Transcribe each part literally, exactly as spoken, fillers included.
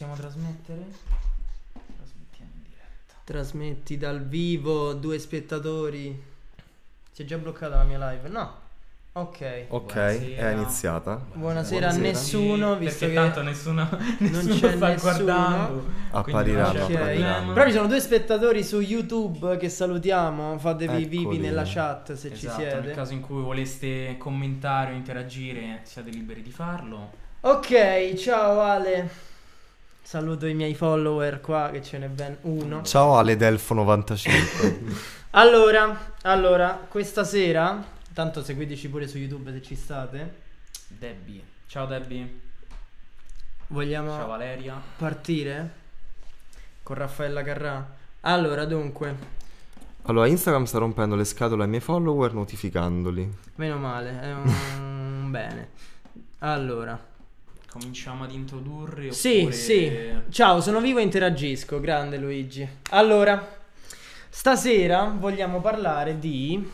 Possiamo trasmettere? Trasmettiamo in diretta. Trasmetti dal vivo, due spettatori. Si è già bloccata la mia live? No. Ok. Ok, Buonasera. è iniziata. Buonasera, a Buonasera. nessuno, Sì, visto perché che tanto nessuno, nessuno c'è sta nessuno. guardando. Appariranno, quindi non c'è Ok. appariranno. Però ci sono due spettatori su YouTube che salutiamo. Fatevi Eccoli. vivi nella chat se ci Esatto, nel siete. caso in cui voleste commentare o interagire siate liberi di farlo. Ok, ciao Ale. Saluto i miei follower qua, che ce n'è ben uno. Ciao Ale Delfo novantacinque. Allora, allora, questa sera, tanto seguiteci pure su YouTube se ci state. Debbie. Ciao Debbie. Vogliamo Ciao Valeria. partire con Raffaella Carrà? Allora, dunque, Allora, Instagram sta rompendo le scatole ai miei follower notificandoli. meno male, è un bene. Allora, Cominciamo ad introdurre sì, oppure... sì. Ciao, sono vivo e interagisco. Grande Luigi. Allora, stasera vogliamo parlare di...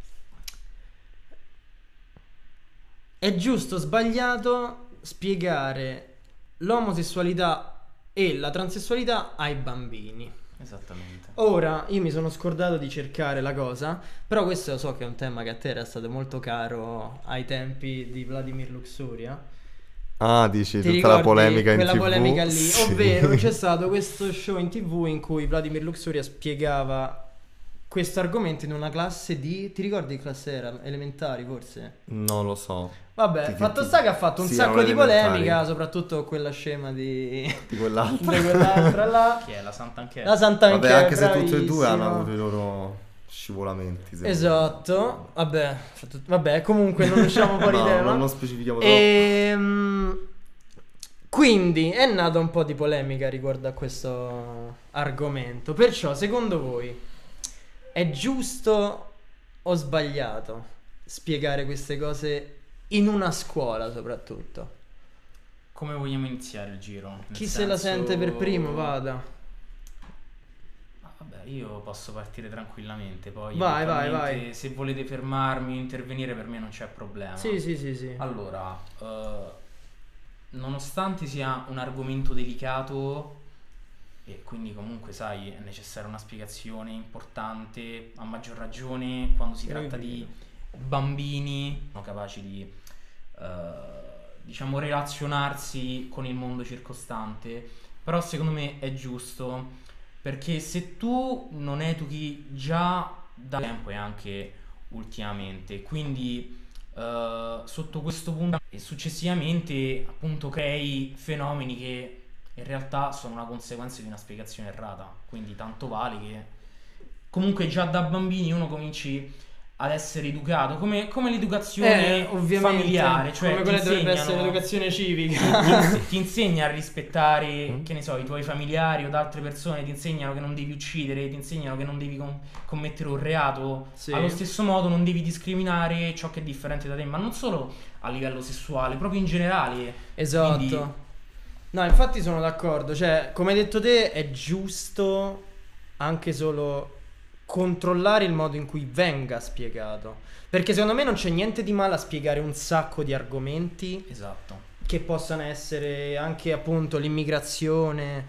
È giusto o sbagliato spiegare l'omosessualità e la transessualità ai bambini? Esattamente. Ora, io mi sono scordato di cercare la cosa, però questo so che è un tema che a te era stato molto caro ai tempi di Vladimir Luxuria. Ah, dici, Ti tutta la ricordi polemica in quella tivù? polemica lì? Sì. Ovvero c'è stato questo show in tv in cui Vladimir Luxuria spiegava questo argomento in una classe di... Ti ricordi che classe era? Elementari forse? Non lo so. Vabbè, Ti- fatto ti- sta che ha fatto un sì, sacco erano di elementari. polemica, soprattutto quella scema di... Di quell'altro. di quell'altra là. Chi è? La Sant'Anchè? La Santa Vabbè, Michele, anche se tutte e due hanno bravissima. avuto i loro scivolamenti. secondo me. Esatto, vabbè, vabbè, comunque non usciamo fuori No, tema. non lo specifichiamo troppo. Ehm, quindi è nata un po' di polemica riguardo a questo argomento. Perciò, secondo voi, è giusto o sbagliato spiegare queste cose in una scuola, soprattutto? Come vogliamo iniziare il giro? Nel Chi se la senso- sente per primo, vada. Ah, vabbè, io posso partire tranquillamente. Poi, Vai, vai, eventualmente, vai. se volete fermarmi o intervenire, per me non c'è problema. Sì, sì, sì, sì. Allora, eh, nonostante sia un argomento delicato e quindi comunque sai è necessaria una spiegazione importante, a maggior ragione quando si tratta di bambini non capaci di eh, diciamo relazionarsi con il mondo circostante, però secondo me è giusto, perché se tu non educhi già da tempo e anche ultimamente, quindi Uh, sotto questo punto e successivamente appunto crei fenomeni che in realtà sono una conseguenza di una spiegazione errata, quindi tanto vale che comunque già da bambini uno cominci ad essere educato come, come l'educazione Eh, ovviamente, familiare, cioè come ti quella dovrebbe insegnano- essere l'educazione ti, civica. ti- ti insegna a rispettare, Mm. che ne so, i tuoi familiari o altre persone, ti insegnano che non devi uccidere, ti insegnano che non devi com- commettere un reato. Sì. Allo stesso modo non devi discriminare ciò che è differente da te, ma non solo a livello sessuale, proprio in generale. Esatto. Quindi- No, infatti sono d'accordo. Cioè, come hai detto te, è giusto anche solo controllare il modo in cui venga spiegato. Perché secondo me non c'è niente di male a spiegare un sacco di argomenti Esatto. che possano essere anche appunto l'immigrazione,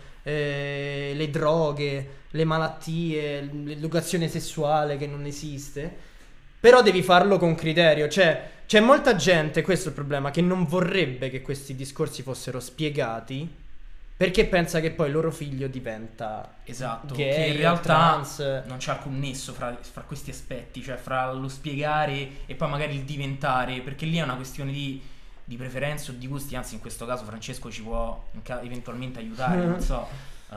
eh, le droghe, le malattie, l'educazione sessuale che non esiste. Però devi farlo con criterio, cioè c'è molta gente, questo è il problema, che non vorrebbe che questi discorsi fossero spiegati perché pensa che poi il loro figlio diventa Esatto, gay, che in o realtà trans. non c'è alcun nesso fra, fra questi aspetti, cioè fra lo spiegare e poi magari il diventare, perché lì è una questione di, di preferenze o di gusti, anzi in questo caso Francesco ci può in ca- eventualmente aiutare, non so, uh,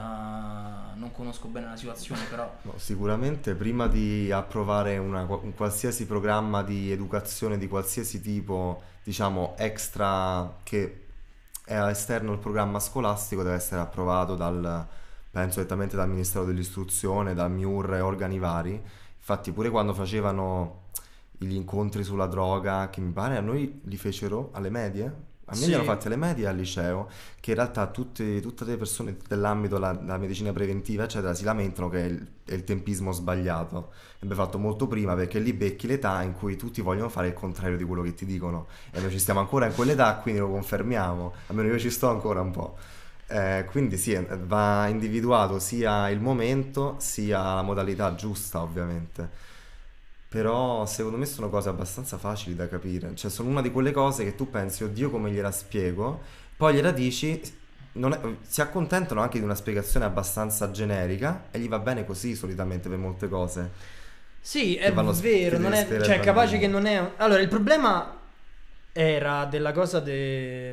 non conosco bene la situazione, però No, sicuramente prima di approvare una- un qualsiasi programma di educazione di qualsiasi tipo, diciamo extra, che è esterno al programma scolastico, deve essere approvato dal, penso direttamente dal Ministero dell'Istruzione, dal M I U R e organi vari. Infatti pure quando facevano gli incontri sulla droga, che mi pare a noi li fecero alle medie, a me Sì. li hanno fatti alle medie e al liceo, che in realtà tutte, tutte le persone dell'ambito della, della medicina preventiva eccetera si lamentano che è il, è il tempismo sbagliato. Andrebbe fatto molto prima, perché lì becchi l'età in cui tutti vogliono fare il contrario di quello che ti dicono e noi ci stiamo ancora in quell'età, quindi lo confermiamo, almeno io ci sto ancora un po'. Eh, quindi sì, eh, va individuato sia il momento sia la modalità giusta, ovviamente. Però secondo me sono cose abbastanza facili da capire. Cioè, sono una di quelle cose che tu pensi, oddio, come gliela spiego? Poi gliela dici, non è- si accontentano anche di una spiegazione abbastanza generica e gli va bene così solitamente per molte cose. Sì, Che è vanno vero, sp- non devi è, spiegare cioè al è capace bambino. che non è... Allora, il problema era della cosa de...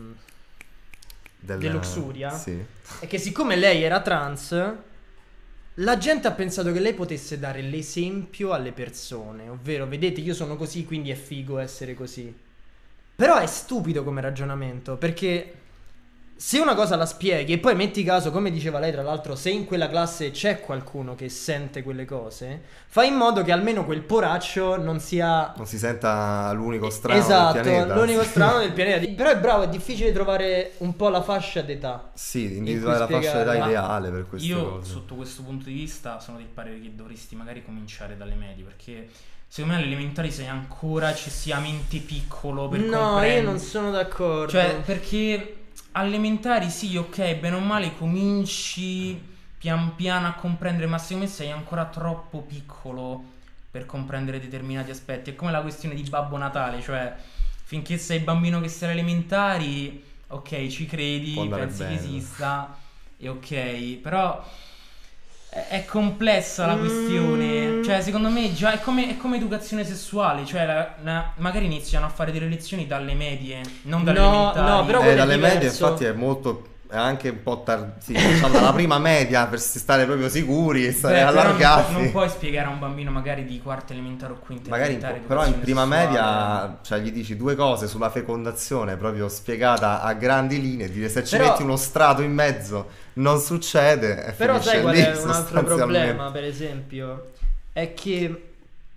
Del- dell'Uxuria, Sì. è che siccome lei era trans, la gente ha pensato che lei potesse dare l'esempio alle persone, ovvero, vedete, io sono così, quindi è figo essere così. Però è stupido come ragionamento, perché se una cosa la spieghi e poi metti caso, come diceva lei tra l'altro, se in quella classe c'è qualcuno che sente quelle cose, fai in modo che almeno quel poraccio non sia... Non si senta l'unico strano Esatto, del pianeta. l'unico Sì. strano del pianeta. Però è bravo, è difficile trovare un po' la fascia d'età. Sì, in cui individuare la fascia d'età spiegare. ideale per queste Io cose. sotto questo punto di vista sono del parere che dovresti magari cominciare dalle medie, perché secondo me alle elementari sei ancora eccessivamente piccolo per No, io comprendere. non sono d'accordo. Cioè, perché elementari sì, ok, bene o male cominci pian piano a comprendere, ma secondo me sei ancora troppo piccolo per comprendere determinati aspetti. È come la questione di Babbo Natale, cioè finché sei bambino che sei alle elementari, ok, ci credi, Può andare pensi che bene. esista, e ok, però è, è complessa la Mm. questione. Cioè, secondo me già è come, è come educazione sessuale, cioè la- la- magari iniziano a fare delle lezioni dalle medie, non dalle No, elementari. no, però Eh, quello è dalle medie diverso. infatti è molto, è anche un po' tardi, sì, diciamo dalla prima media per stare proprio sicuri e stare Beh, però non, allargati. pu- non puoi spiegare a un bambino magari di quarta elementare o quinta Magari in- elementare però in educazione prima sessuale. media, cioè, gli dici due cose sulla fecondazione proprio spiegata a grandi linee, dire se ci Però- metti uno strato in mezzo non succede e Però finisce sai qual lì, è un altro sostanzialmente. problema, per esempio? È che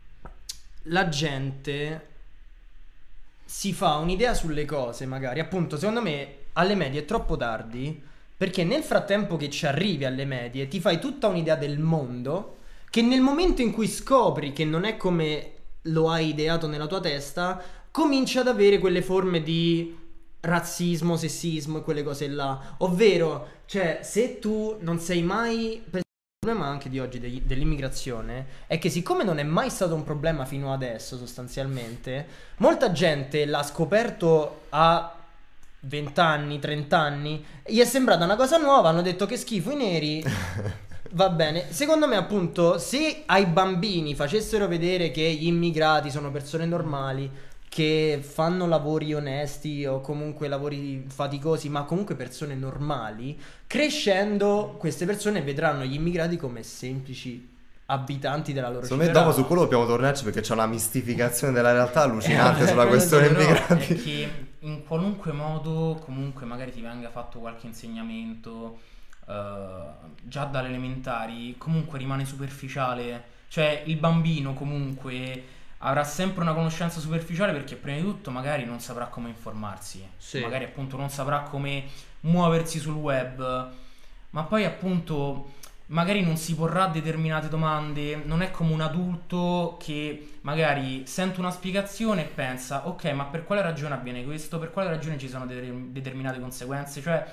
la gente si fa un'idea sulle cose, magari. Appunto, secondo me alle medie è troppo tardi, perché nel frattempo che ci arrivi alle medie ti fai tutta un'idea del mondo che nel momento in cui scopri che non è come lo hai ideato nella tua testa, cominci ad avere quelle forme di razzismo, sessismo e quelle cose là. Ovvero, cioè, se tu non sei mai... per- Il problema anche di oggi degli- dell'immigrazione è che siccome non è mai stato un problema fino adesso sostanzialmente, molta gente l'ha scoperto a venti anni, trenta anni, gli è sembrata una cosa nuova, hanno detto che schifo i neri, va bene. Secondo me appunto se ai bambini facessero vedere che gli immigrati sono persone normali, che fanno lavori onesti o comunque lavori faticosi, ma comunque persone normali, crescendo queste persone vedranno gli immigrati come semplici abitanti della loro Secondo me città. dopo su quello dobbiamo tornarci perché c'è una mistificazione della realtà allucinante Eh, sulla quello questione però immigrati. È che in qualunque modo comunque magari ti venga fatto qualche insegnamento eh, già dalle elementari, comunque rimane superficiale. Cioè il bambino comunque avrà sempre una conoscenza superficiale perché prima di tutto magari non saprà come informarsi, Sì. magari appunto non saprà come muoversi sul web, ma poi appunto magari non si porrà determinate domande, non è come un adulto che magari sente una spiegazione e pensa ok, ma per quale ragione avviene questo, per quale ragione ci sono de- determinate conseguenze, cioè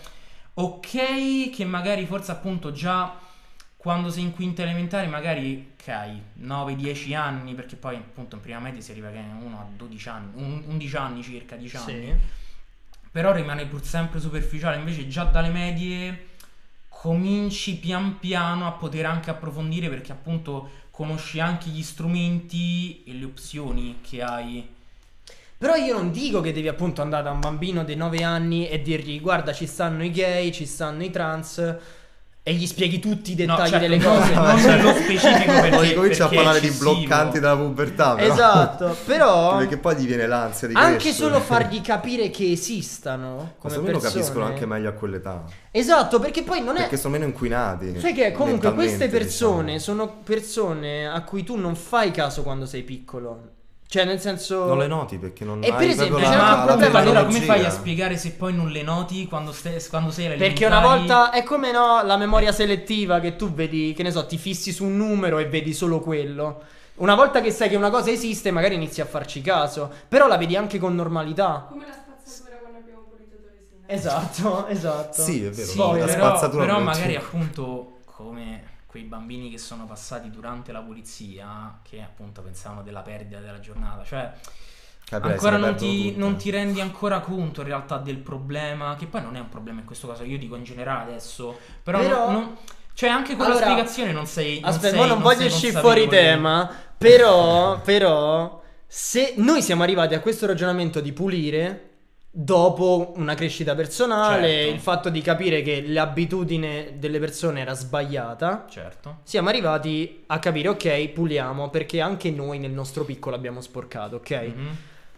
ok che magari forse appunto già quando sei in quinta elementare magari ok nove dieci anni, perché poi appunto in prima media si arriva che uno a dodici anni, un- undici anni circa, dieci anni, Sì. però rimane pur sempre superficiale. Invece già dalle medie cominci pian piano a poter anche approfondire perché appunto conosci anche gli strumenti e le opzioni che hai. Però io non dico che devi appunto andare da un bambino di nove anni e dirgli guarda ci stanno i gay, ci stanno i trans e gli spieghi tutti i No, dettagli certo, delle non- cose. non nello specifico perché, Poi comincia a perché è parlare di eccessivo. bloccanti della pubertà, però. Esatto, però Perché poi gli viene l'ansia di anche crescere. solo fargli capire che esistano Ma come secondo me lo persone. capiscono anche meglio a quell'età. Esatto, perché poi non è... Perché sono meno inquinati. Sai che comunque queste mentalmente, persone diciamo. sono persone a cui tu non fai caso quando sei piccolo. Cioè nel senso... Non le noti perché non E hai per esempio, proprio c'è la, anche un la problema, Ma allora come tecnologia. fai a spiegare se poi non le noti quando, stai, quando sei alle Perché elementari? una volta è come no la memoria selettiva che tu vedi, che ne so, ti fissi su un numero e vedi solo quello. Una volta che sai che una cosa esiste, magari inizi a farci caso, però la vedi anche con normalità. Come la spazzatura quando abbiamo pulito Torisina. Esatto, esatto. Sì, è vero. Sì, Poi, la però, spazzatura però non magari c'è. appunto come quei bambini che sono passati durante la pulizia, che appunto pensavano della perdita della giornata, cioè Capirai, ancora se le non perdono ti, tutte. non ti rendi ancora conto in realtà del problema, che poi non è un problema in questo caso, io dico in generale adesso, però, Però- non, non- cioè anche con Allora, la spiegazione non sei non Aspetta, sei- ma non, non voglio sei uscire consapevole. fuori tema, però, però, se noi siamo arrivati a questo ragionamento di pulire dopo una crescita personale, Certo. il fatto di capire che l'abitudine delle persone era sbagliata, Certo. siamo arrivati a capire, ok, puliamo, perché anche noi nel nostro piccolo abbiamo sporcato, ok? Mhm.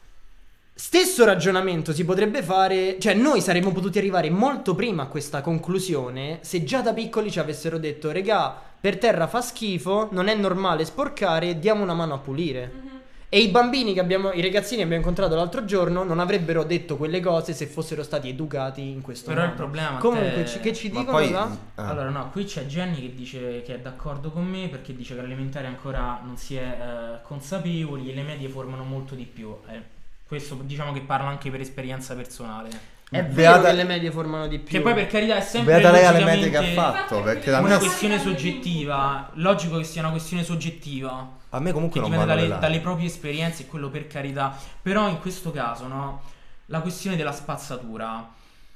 Stesso ragionamento si potrebbe fare, cioè noi saremmo potuti arrivare molto prima a questa conclusione se già da piccoli ci avessero detto, regà, per terra fa schifo, non è normale sporcare, diamo una mano a pulire. Mhm. E i bambini che abbiamo, i ragazzini che abbiamo incontrato l'altro giorno non avrebbero detto quelle cose se fossero stati educati in questo Però il modo. problema, Comunque, te- ci- che ci Ma dicono poi là? eh, Allora no, qui c'è Jenny che dice che è d'accordo con me perché dice che all'elementare ancora non si è eh, consapevoli e le medie formano molto di più. Eh, questo diciamo che parla anche per esperienza personale. È vero beata- che le medie formano di più. Che poi per carità è sempre beata lei alle medie che ha logicamente fatto, perché da una me, questione soggettiva. Logico che sia una questione soggettiva. a me comunque Che non dipende vanno le dalle, dalle lacrime. proprie esperienze, e quello per carità. Però in questo caso, no, la questione della spazzatura,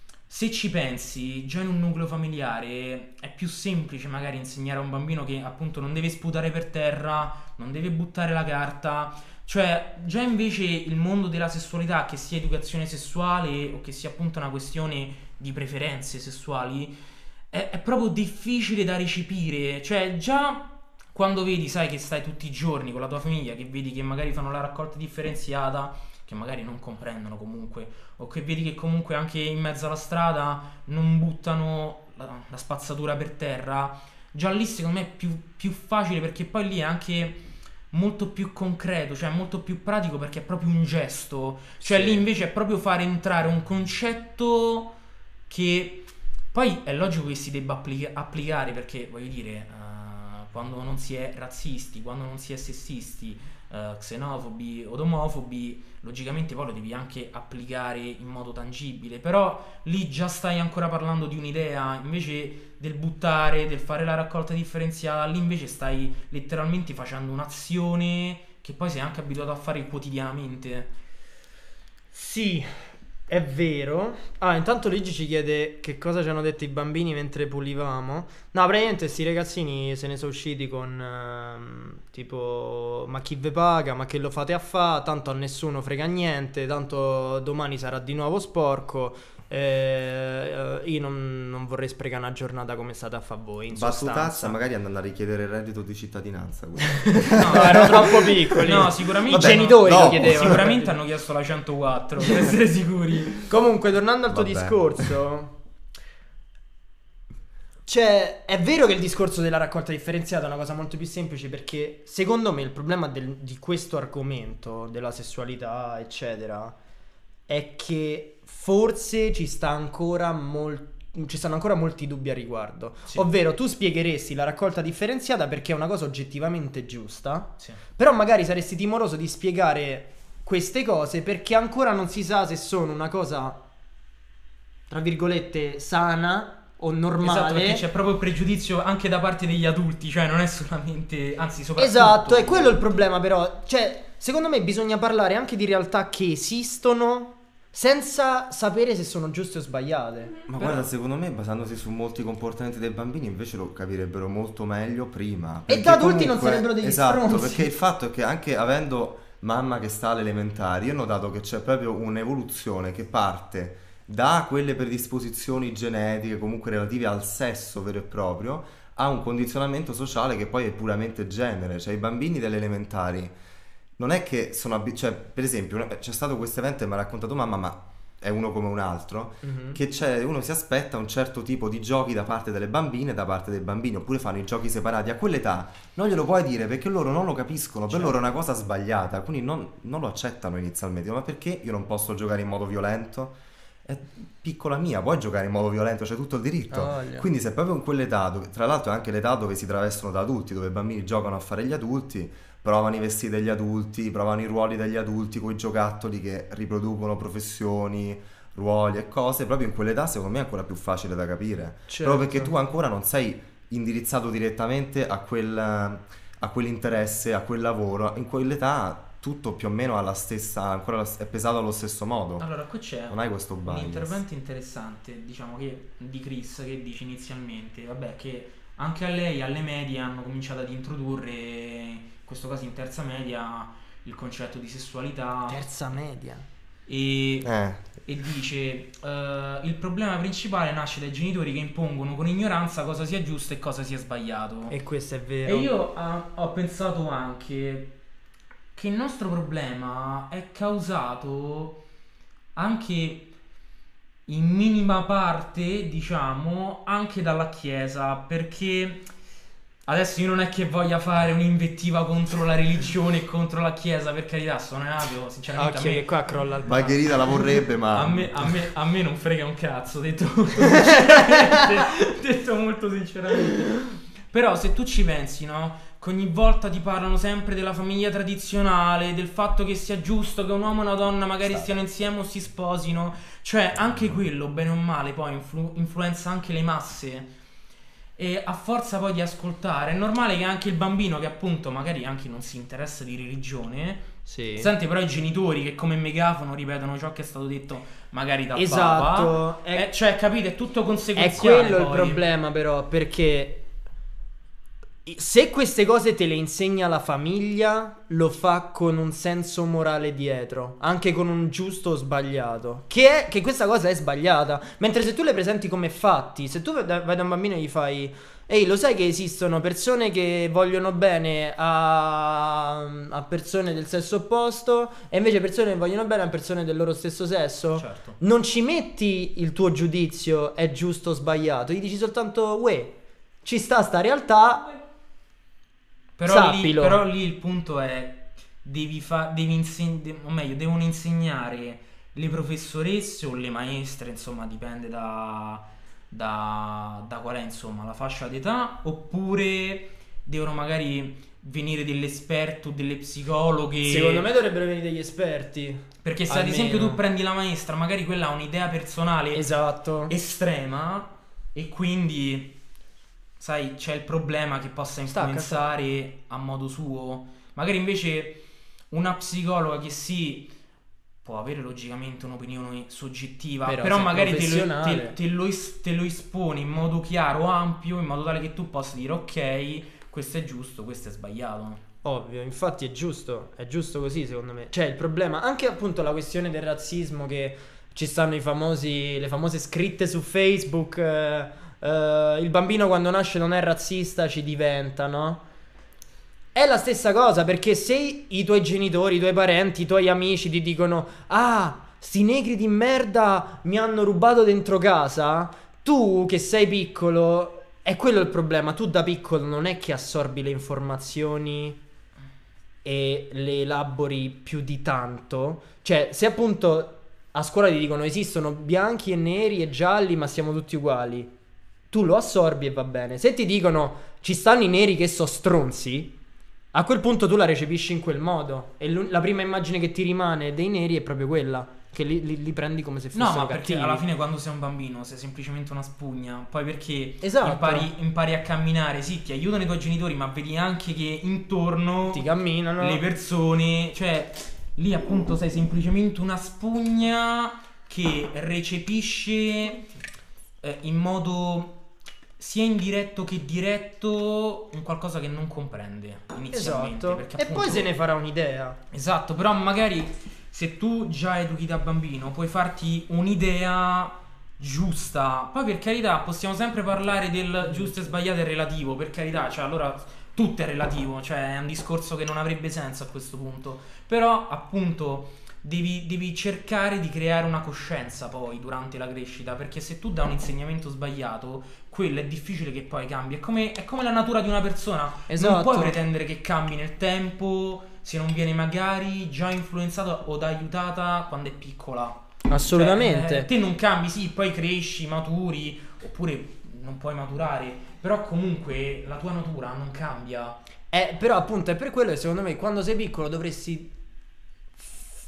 se ci pensi, già in un nucleo familiare è più semplice magari insegnare a un bambino che appunto non deve sputare per terra, non deve buttare la carta. Cioè, già invece il mondo della sessualità, che sia educazione sessuale o che sia appunto una questione di preferenze sessuali, è, è proprio difficile da recepire. Cioè, già quando vedi, sai che stai tutti i giorni con la tua famiglia, che vedi che magari fanno la raccolta differenziata, che magari non comprendono comunque, o che vedi che comunque anche in mezzo alla strada non buttano la, la spazzatura per terra, già lì secondo me è più, più facile, perché poi lì è anche molto più concreto, cioè molto più pratico, perché è proprio un gesto. Cioè Sì. lì invece è proprio fare entrare un concetto che poi è logico che si debba applica- applicare, perché voglio dire, eh, quando non si è razzisti, quando non si è sessisti, eh, xenofobi o omofobi, logicamente poi lo devi anche applicare in modo tangibile. Però lì già stai ancora parlando di un'idea, invece del buttare, del fare la raccolta differenziata, lì invece stai letteralmente facendo un'azione che poi sei anche abituato a fare quotidianamente. Sì, è vero. Ah, intanto Luigi ci chiede che cosa ci hanno detto i bambini mentre pulivamo. No, praticamente questi ragazzini se ne sono usciti con ehm, tipo, ma chi ve paga, ma che lo fate a fa, tanto a nessuno frega niente, tanto domani sarà di nuovo sporco. eh, eh, io non, non vorrei sprecare una giornata come è stata a fa voi, in Battutazza, sostanza. magari andando a richiedere il reddito di cittadinanza. No, No, erano troppo piccoli. No, sicuramente I genitori no, lo no, chiedevano. Sicuramente hanno chiesto la centoquattro, per essere sicuri. Comunque, tornando al tuo Vabbè. discorso, cioè, è vero che il discorso della raccolta differenziata è una cosa molto più semplice, perché secondo me il problema del- di questo argomento, della sessualità, eccetera, è che forse ci sta ancora molto. Ci stanno ancora molti dubbi a riguardo. Sì. Ovvero, tu spiegheresti la raccolta differenziata perché è una cosa oggettivamente giusta, Sì. però magari saresti timoroso di spiegare queste cose perché ancora non si sa se sono una cosa, tra virgolette, sana o normale. Esatto, perché c'è proprio pregiudizio anche da parte degli adulti, cioè non è solamente, anzi soprattutto. Esatto, è quello il problema, però. Cioè, secondo me bisogna parlare anche di realtà che esistono senza sapere se sono giuste o sbagliate. Ma Però- guarda, secondo me, basandosi su molti comportamenti dei bambini, invece lo capirebbero molto meglio prima. E Perché da adulti non comunque- sarebbero degli Esatto, stronzi. perché il fatto è che anche avendo mamma che sta alle elementari, io ho notato che c'è proprio un'evoluzione che parte da quelle predisposizioni genetiche, comunque relative al sesso vero e proprio, a un condizionamento sociale che poi è puramente genere. Cioè i bambini delle elementari non è che sono abi- cioè per esempio c'è stato questo evento e mi ha raccontato mamma, ma è uno come un altro, Mhm. che c'è, uno si aspetta un certo tipo di giochi da parte delle bambine e da parte dei bambini, oppure fanno i giochi separati. A quell'età non glielo puoi dire perché loro non lo capiscono, per Certo. loro è una cosa sbagliata, quindi non, non lo accettano inizialmente. Ma perché io non posso giocare in modo violento? È piccola mia, puoi giocare in modo violento, c'è tutto il diritto. Ah, voglia. Quindi se è proprio in quell'età, dove, tra l'altro è anche l'età dove si travestono da adulti, dove i bambini giocano a fare gli adulti, provano i vestiti degli adulti, provano i ruoli degli adulti con i giocattoli che riproducono professioni, ruoli e cose, proprio in quell'età secondo me è ancora più facile da capire, Certo. proprio perché tu ancora non sei indirizzato direttamente a quel, a quell'interesse, a quel lavoro. In quell'età tutto più o meno ha la stessa, ancora la- è pesato allo stesso modo. Allora, qui c'è Non hai questo un bias. intervento interessante, diciamo, che di Chris, che dice inizialmente, vabbè, che anche a lei alle medie hanno cominciato ad introdurre, in questo caso in terza media, il concetto di sessualità. Terza media. E, Eh, e dice eh, il problema principale nasce dai genitori che impongono con ignoranza cosa sia giusto e cosa sia sbagliato. E questo è vero. E io ah, ho pensato anche che il nostro problema è causato anche in minima parte, diciamo, anche dalla Chiesa, perché adesso io non è che voglia fare un'invettiva contro la religione e contro la Chiesa, per carità, sono ateo, sinceramente. Occhio a me- che qua crolla il Margherita la vorrebbe, ma a me, a, me, a me non frega un cazzo, detto molto sinceramente, detto molto sinceramente. Però se tu ci pensi, no? Che ogni volta ti parlano sempre della famiglia tradizionale, del fatto che sia giusto che un uomo e una donna magari Stato. stiano insieme o si sposino, cioè anche quello, bene o male, poi influ- influenza anche le masse. E a forza poi di ascoltare, è normale che anche il bambino, che appunto magari anche non si interessa di religione, Sì. sente però i genitori che come megafono ripetono ciò che è stato detto magari dal Esatto, Papa. è- Eh, cioè, capite, è tutto È conseguenziale. quello il poi. problema, però, perché se queste cose te le insegna la famiglia, lo fa con un senso morale dietro, anche con un giusto o sbagliato. Che è che questa cosa è sbagliata. Mentre se tu le presenti come fatti, se tu vai da vai da un bambino e gli fai: ehi, lo sai che esistono persone che vogliono bene a, a persone del sesso opposto, e invece persone che vogliono bene a persone del loro stesso sesso? Certo. Non ci metti il tuo giudizio è giusto o sbagliato, gli dici soltanto: uè, ci sta sta realtà. Però lì, Sappilo. però lì il punto è devi fa, devi inseg- de- o meglio, devono insegnare le professoresse o le maestre, insomma, dipende da, da, da qual è, insomma, la fascia d'età, oppure devono magari venire delle esperte o delle psicologhe. Secondo me dovrebbero venire degli esperti. Perché se ad almeno. esempio tu prendi la maestra, magari quella ha un'idea personale Esatto. estrema e quindi, sai, c'è il problema che possa Stacca, influenzare a modo suo. Magari invece una psicologa che sì, può avere logicamente un'opinione soggettiva, Però però, se è magari te lo, professionale. te- te lo es- te lo espone in modo chiaro, ampio, in modo tale che tu possa dire ok, questo è giusto, questo è sbagliato. Ovvio, infatti è giusto, è giusto così secondo me. Cioè il problema, anche appunto la questione del razzismo, che ci stanno i famosi, le famose scritte su Facebook, eh, eh, il bambino quando nasce non è razzista, ci diventa, no? È la stessa cosa, perché se i tuoi genitori, i tuoi parenti, i tuoi amici ti dicono: ah, sti negri di merda mi hanno rubato dentro casa, tu che sei piccolo, è quello il problema, tu da piccolo non è che assorbi le informazioni e le elabori più di tanto. Cioè, se appunto a scuola ti dicono esistono bianchi e neri e gialli ma siamo tutti uguali, tu lo assorbi e va bene. Se ti dicono ci stanno i neri che so stronzi, a quel punto tu la recepisci in quel modo, e l'un- la prima immagine che ti rimane dei neri è proprio quella, che li, li- li prendi come se fossero No, ma perché cattivi. alla fine quando sei un bambino sei semplicemente una spugna. Poi perché Esatto. impari, impari a camminare, sì, ti aiutano i tuoi genitori, ma vedi anche che intorno ti camminano. le persone, cioè lì appunto sei semplicemente una spugna che recepisce eh, in modo sia indiretto che diretto un qualcosa che non comprende inizialmente. Esatto. Perché E appunto- poi se ne farà un'idea. Esatto, però magari se tu già educhi da bambino puoi farti un'idea giusta. Poi per carità possiamo sempre parlare del giusto e sbagliato e relativo, per carità, cioè allora tutto è relativo, cioè è un discorso che non avrebbe senso a questo punto. Però appunto devi, devi cercare di creare una coscienza poi durante la crescita, perché se tu dai un insegnamento sbagliato, quello è difficile che poi cambi. È come, è come la natura di una persona. Non Esatto. puoi pretendere che cambi nel tempo se non viene magari già influenzata o da aiutata quando è piccola. Assolutamente. Cioè, eh, te non cambi, sì, poi cresci, maturi, oppure non puoi maturare, però comunque la tua natura non cambia. Eh, però appunto è per quello che secondo me quando sei piccolo dovresti f-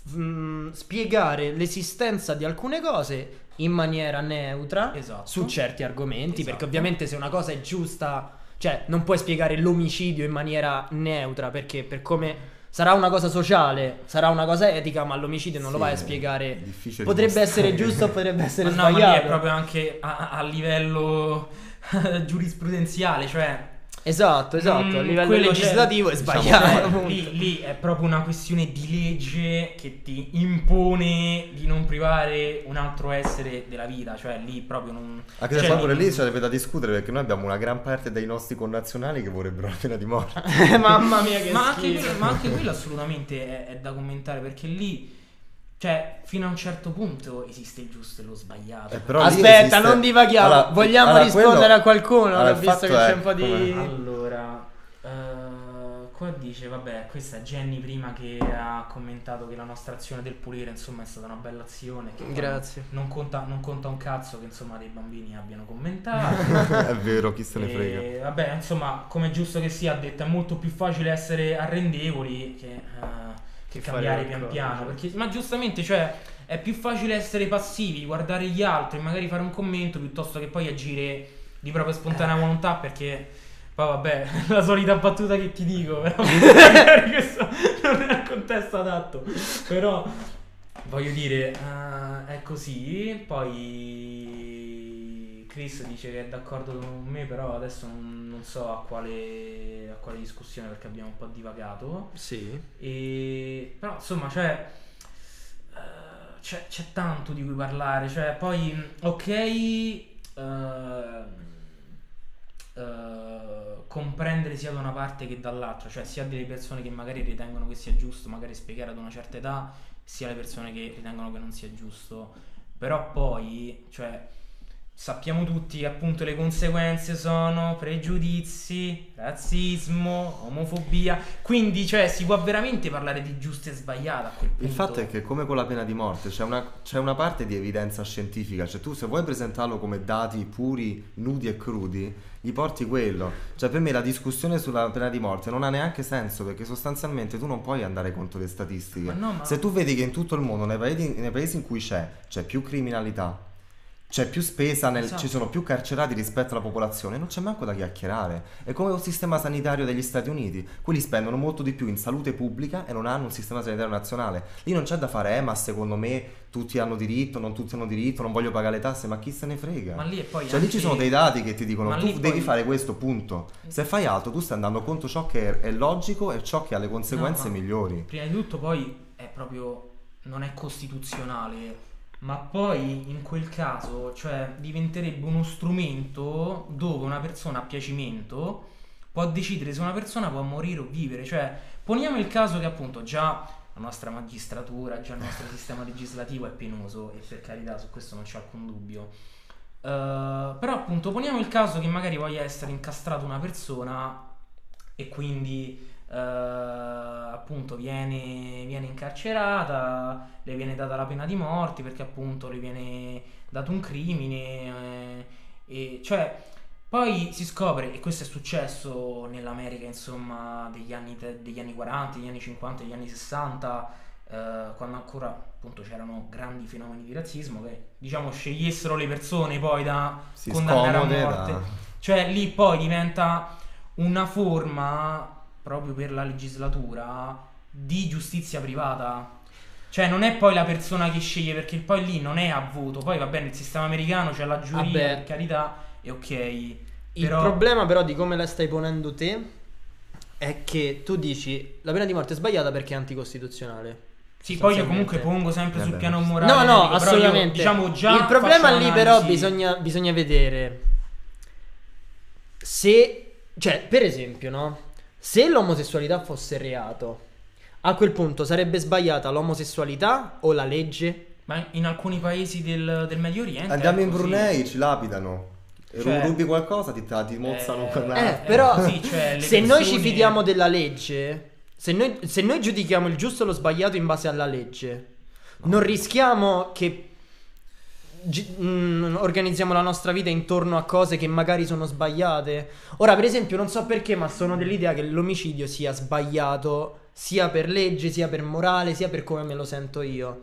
mh, spiegare l'esistenza di alcune cose in maniera neutra Esatto. su certi argomenti, Esatto. perché ovviamente se una cosa è giusta, cioè non puoi spiegare l'omicidio in maniera neutra, perché per come sarà una cosa sociale, sarà una cosa etica, ma l'omicidio non lo Sì, vai a è spiegare. difficile Potrebbe essere dimostrare. giusto, potrebbe essere Ma no, ma lì sbagliato. è proprio anche a, a livello giurisprudenziale, cioè Esatto, esatto, Mm, a livello quello legislativo c'è- è diciamo, sbagliato. eh, appunto. lì, lì è proprio una questione di legge che ti impone di non privare un altro essere della vita, cioè lì proprio non... Anche se cioè, pure non- lì sarebbe da discutere perché noi abbiamo una gran parte dei nostri connazionali che vorrebbero la pena di morte. Mamma mia che ma, anche schifo. quello, ma anche quello assolutamente è, è da commentare, perché lì, cioè, fino a un certo punto esiste il giusto e lo sbagliato. Eh, però lì Aspetta, esiste- non divaghiamo. Allora, Vogliamo allora, rispondere quello- a qualcuno? allora, Ho il visto fatto che c'è è un po' di... come- Allora, eh, qua dice, vabbè, questa è Jenny prima che ha commentato che la nostra azione del pulire, insomma, è stata una bella azione. Che poi Grazie. Non conta, non conta un cazzo che, insomma, dei bambini abbiano commentato. È vero, chi se ne frega. E, vabbè, insomma, come è giusto che sia, ha detto, è molto più facile essere arrendevoli che, eh, che Che cambiare fare pian qualcosa. piano. Perché, ma giustamente, cioè, è più facile essere passivi, guardare gli altri, magari fare un commento, piuttosto che poi agire di propria spontanea Eh. volontà, perché poi vabbè, la solita battuta che ti dico, però magari questo non è il contesto adatto. Però voglio dire, eh, è così. Poi Chris dice che è d'accordo con me, però adesso non, non so a quale, a quale discussione, perché abbiamo un po' divagato. Sì. E, però insomma, cioè, eh, c'è, c'è tanto di cui parlare. Cioè, poi, ok, eh, eh, comprendere sia da una parte che dall'altra, cioè sia delle persone che magari ritengono che sia giusto magari spiegare ad una certa età, sia le persone che ritengono che non sia giusto. Però poi, cioè, sappiamo tutti che appunto le conseguenze sono pregiudizi, razzismo, omofobia. Quindi, cioè, si può veramente parlare di giusto e sbagliato a quel punto. Il fatto è che come con la pena di morte c'è una, c'è una parte di evidenza scientifica, cioè tu se vuoi presentarlo come dati puri, nudi e crudi, gli porti quello. Cioè per me la discussione sulla pena di morte non ha neanche senso, perché sostanzialmente tu non puoi andare contro le statistiche. Ma no, ma- Se tu vedi che in tutto il mondo, nei paesi, nei paesi in cui c'è, c'è più criminalità, c'è più spesa, nel- Esatto. ci sono più carcerati rispetto alla popolazione, non c'è manco da chiacchierare. È come il sistema sanitario degli Stati Uniti, quelli spendono molto di più in salute pubblica e non hanno un sistema sanitario nazionale. Lì non c'è da fare, eh, ma secondo me tutti hanno diritto, non tutti hanno diritto, non voglio pagare le tasse, ma chi se ne frega? Ma lì e poi Cioè lì anche- ci sono dei dati che ti dicono Ma tu lì devi poi- fare questo, punto. Se fai altro tu stai andando contro ciò che è, è logico e ciò che ha le conseguenze No, ma migliori. Prima di tutto poi è proprio, non è costituzionale, ma poi in quel caso, cioè, diventerebbe uno strumento dove una persona a piacimento può decidere se una persona può morire o vivere. Cioè, poniamo il caso che appunto già la nostra magistratura, già il nostro sistema legislativo è penoso, e per carità su questo non c'è alcun dubbio. Uh, però appunto poniamo il caso che magari voglia essere incastrato una persona e quindi uh, appunto viene, viene incarcerata, le viene data la pena di morte perché appunto le viene dato un crimine, eh, e cioè poi si scopre, e questo è successo nell'America insomma degli anni, degli anni quaranta, degli anni cinquanta, degli anni sessanta, Uh, quando ancora appunto c'erano grandi fenomeni di razzismo, che diciamo scegliessero le persone poi da Si condannare a scomode morte, da- cioè lì poi diventa una forma proprio per la legislatura di giustizia privata. Cioè non è poi la persona che sceglie, perché poi lì non è a voto. Poi va bene, il sistema americano c'è la giuria, Vabbè. per carità, e ok. Il Però- problema però di come la stai ponendo te è che tu dici la pena di morte è sbagliata perché è anticostituzionale. Sì, poi io sostanzialmente. comunque pongo sempre sul Vabbè. piano morale. No, no, dico, però io, assolutamente. diciamo, già il problema faccio lì però un'analisi- bisogna, bisogna vedere se, cioè, per esempio, no? Se l'omosessualità fosse reato, a quel punto sarebbe sbagliata l'omosessualità o la legge? Ma in alcuni paesi del, del Medio Oriente Andiamo è in così. Brunei, ci lapidano. E Cioè- rubi qualcosa, ti, ti mozzano Eh, per una... Eh, però così, cioè, le se noi ci persone- fidiamo della legge, se noi, se noi giudichiamo il giusto e lo sbagliato in base alla legge, non rischiamo che gi- mh, organizziamo la nostra vita intorno a cose che magari sono sbagliate. Ora, per esempio, non so perché, ma sono dell'idea che l'omicidio sia sbagliato sia per legge, sia per morale, sia per come me lo sento io.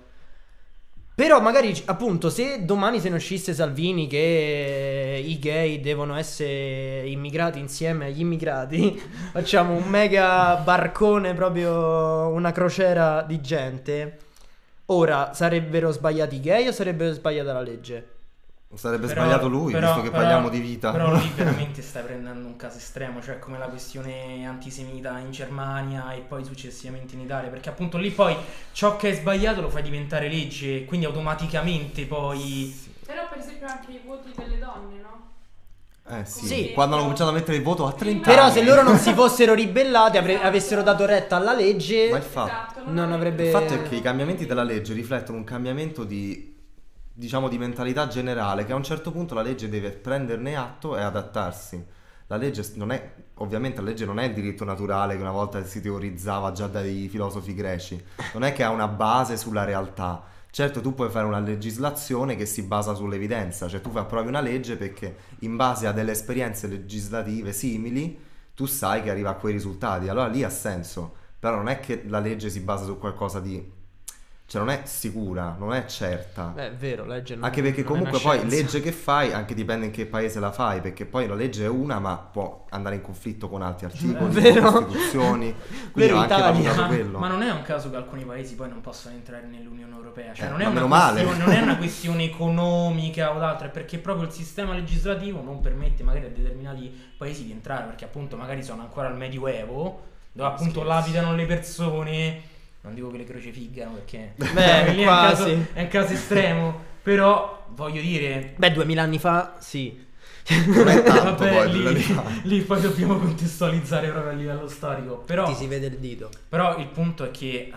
Però magari, appunto, se domani se ne uscisse Salvini che i gay devono essere immigrati insieme agli immigrati, facciamo un mega barcone, proprio una crociera di gente. Ora, sarebbero sbagliati i gay o sarebbe sbagliata la legge? Sarebbe Però- sbagliato lui, però- visto che però- parliamo di vita. Però lì veramente stai prendendo un caso estremo, cioè come la questione antisemita in Germania e poi successivamente in Italia, perché appunto lì poi ciò che è sbagliato lo fai diventare legge, quindi automaticamente poi... Però per esempio anche i voti delle donne, no? Eh sì, Sì. quando hanno cominciato a mettere il voto a trenta Però anni. se loro non si fossero ribellati, avre- avessero dato retta alla legge, Ma il fatto, Esatto, non avrebbe... il fatto è che i cambiamenti della legge riflettono un cambiamento di, diciamo, di mentalità generale, che a un certo punto la legge deve prenderne atto e adattarsi. La legge non è, ovviamente la legge non è il diritto naturale che una volta si teorizzava già dai filosofi greci, non è che ha una base sulla realtà. Certo, tu puoi fare una legislazione che si basa sull'evidenza, cioè tu approvi una legge perché in base a delle esperienze legislative simili tu sai che arriva a quei risultati, allora lì ha senso, però non è che la legge si basa su qualcosa di... cioè non è sicura, non è certa. Beh, è vero, legge non Anche perché non è una comunque poi scienza. legge che fai, anche dipende in che paese la fai, perché poi la legge è una ma può andare in conflitto con altri articoli, Vero. con costituzioni, quindi Vero, va anche Italia. valutato Ma, quello. ma non è un caso che alcuni paesi poi non possano entrare nell'Unione Europea, cioè Eh, non, è ma una meno male. questione, non è una questione economica o d'altro, è perché proprio il sistema legislativo non permette magari a determinati paesi di entrare, perché appunto magari sono ancora al Medioevo, dove appunto Scherzi. lapidano le persone, non dico che le crocefiggano perché Beh, lì è un caso, quasi. è un caso estremo, però voglio dire... Beh, duemila anni fa, sì. Non è tanto Vabbè, poi lì, della- lì poi dobbiamo contestualizzare proprio a livello storico, però... Ti si vede il dito. Però il punto è che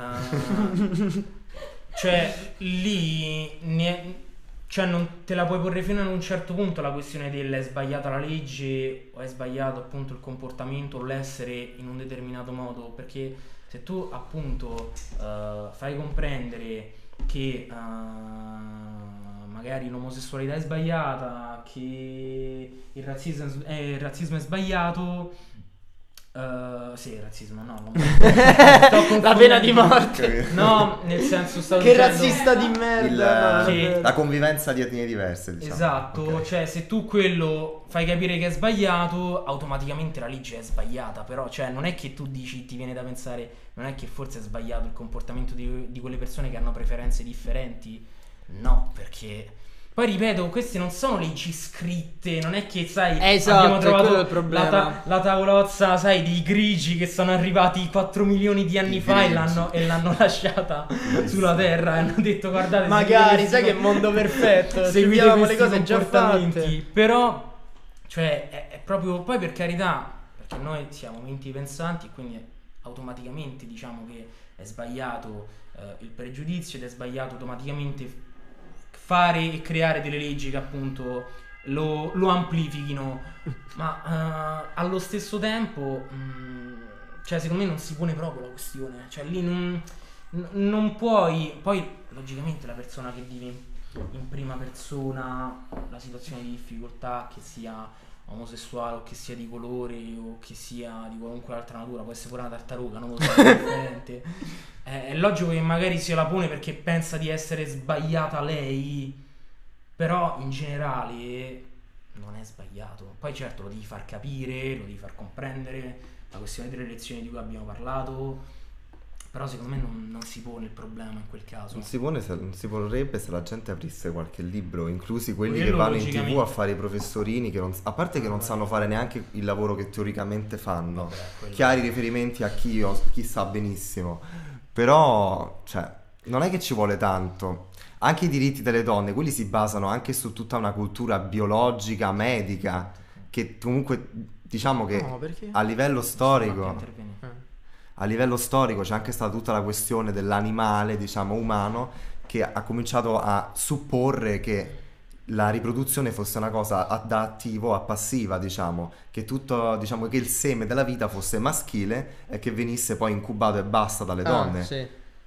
eh, cioè lì ne- cioè non te la puoi porre fino ad un certo punto la questione del è sbagliata la legge o è sbagliato appunto il comportamento o l'essere in un determinato modo, perché se tu appunto eh, fai comprendere che eh, magari l'omosessualità è sbagliata, che il razzismo, è s- eh, il razzismo è sbagliato. Uh, sì, il razzismo no, non- sto La pena di confondendo. morte. No, nel senso stavo Che dicendo- razzista di merda. il- no, Sì. no. la convivenza di etnie diverse, diciamo. Esatto, Ok. cioè se tu quello fai capire che è sbagliato, automaticamente la legge è sbagliata, però cioè non è che tu dici, ti viene da pensare, non è che forse è sbagliato il comportamento di, di quelle persone che hanno preferenze differenti, no, perché... Poi ripeto, queste non sono leggi scritte, non è che sai, Esatto, abbiamo è trovato quello il problema. La, ta- la tavolozza, sai, dei grigi che sono arrivati quattro milioni di anni I fa e grigi. l'hanno, e l'hanno lasciata sulla terra e hanno detto guardate, Magari, seguite sai che questi- mondo perfetto. seguite Seguiamo le questi cose già comportamenti. fatte. Però, cioè, è, è proprio, poi per carità, perché noi siamo menti pensanti, quindi automaticamente diciamo che è sbagliato eh, il pregiudizio ed è sbagliato automaticamente fare e creare delle leggi che appunto lo, lo amplifichino, ma eh, allo stesso tempo mh, cioè secondo me non si pone proprio la questione, cioè lì non, n- non puoi, poi logicamente la persona che vive in, in prima persona la situazione di difficoltà, che sia omosessuale o che sia di colore o che sia di qualunque altra natura, può essere pure una tartaruga, non lo so, è differente. È, è logico che magari se la pone perché pensa di essere sbagliata lei, però in generale non è sbagliato. Poi certo lo devi far capire, lo devi far comprendere, la questione delle elezioni di cui abbiamo parlato, però secondo me non, non si pone il problema in quel caso. Non si, pone se- non si porrebbe se la gente aprisse qualche libro, inclusi quelli Quello che vanno in tv logicamente. a fare i professorini, che non, a parte che non sanno fare neanche il lavoro che teoricamente fanno, Vabbè, quello- chiari riferimenti a chi, o- chi sa benissimo, però cioè, non è che ci vuole tanto. Anche i diritti delle donne, quelli si basano anche su tutta una cultura biologica, medica, che comunque diciamo che No, perché? a livello Sono storico... anche intervenire. A livello storico c'è anche stata tutta la questione dell'animale, diciamo, umano, che ha cominciato a supporre che la riproduzione fosse una cosa a- da attivo a passiva, diciamo, che tutto, diciamo, che il seme della vita fosse maschile e che venisse poi incubato e basta dalle Ah, donne. sì.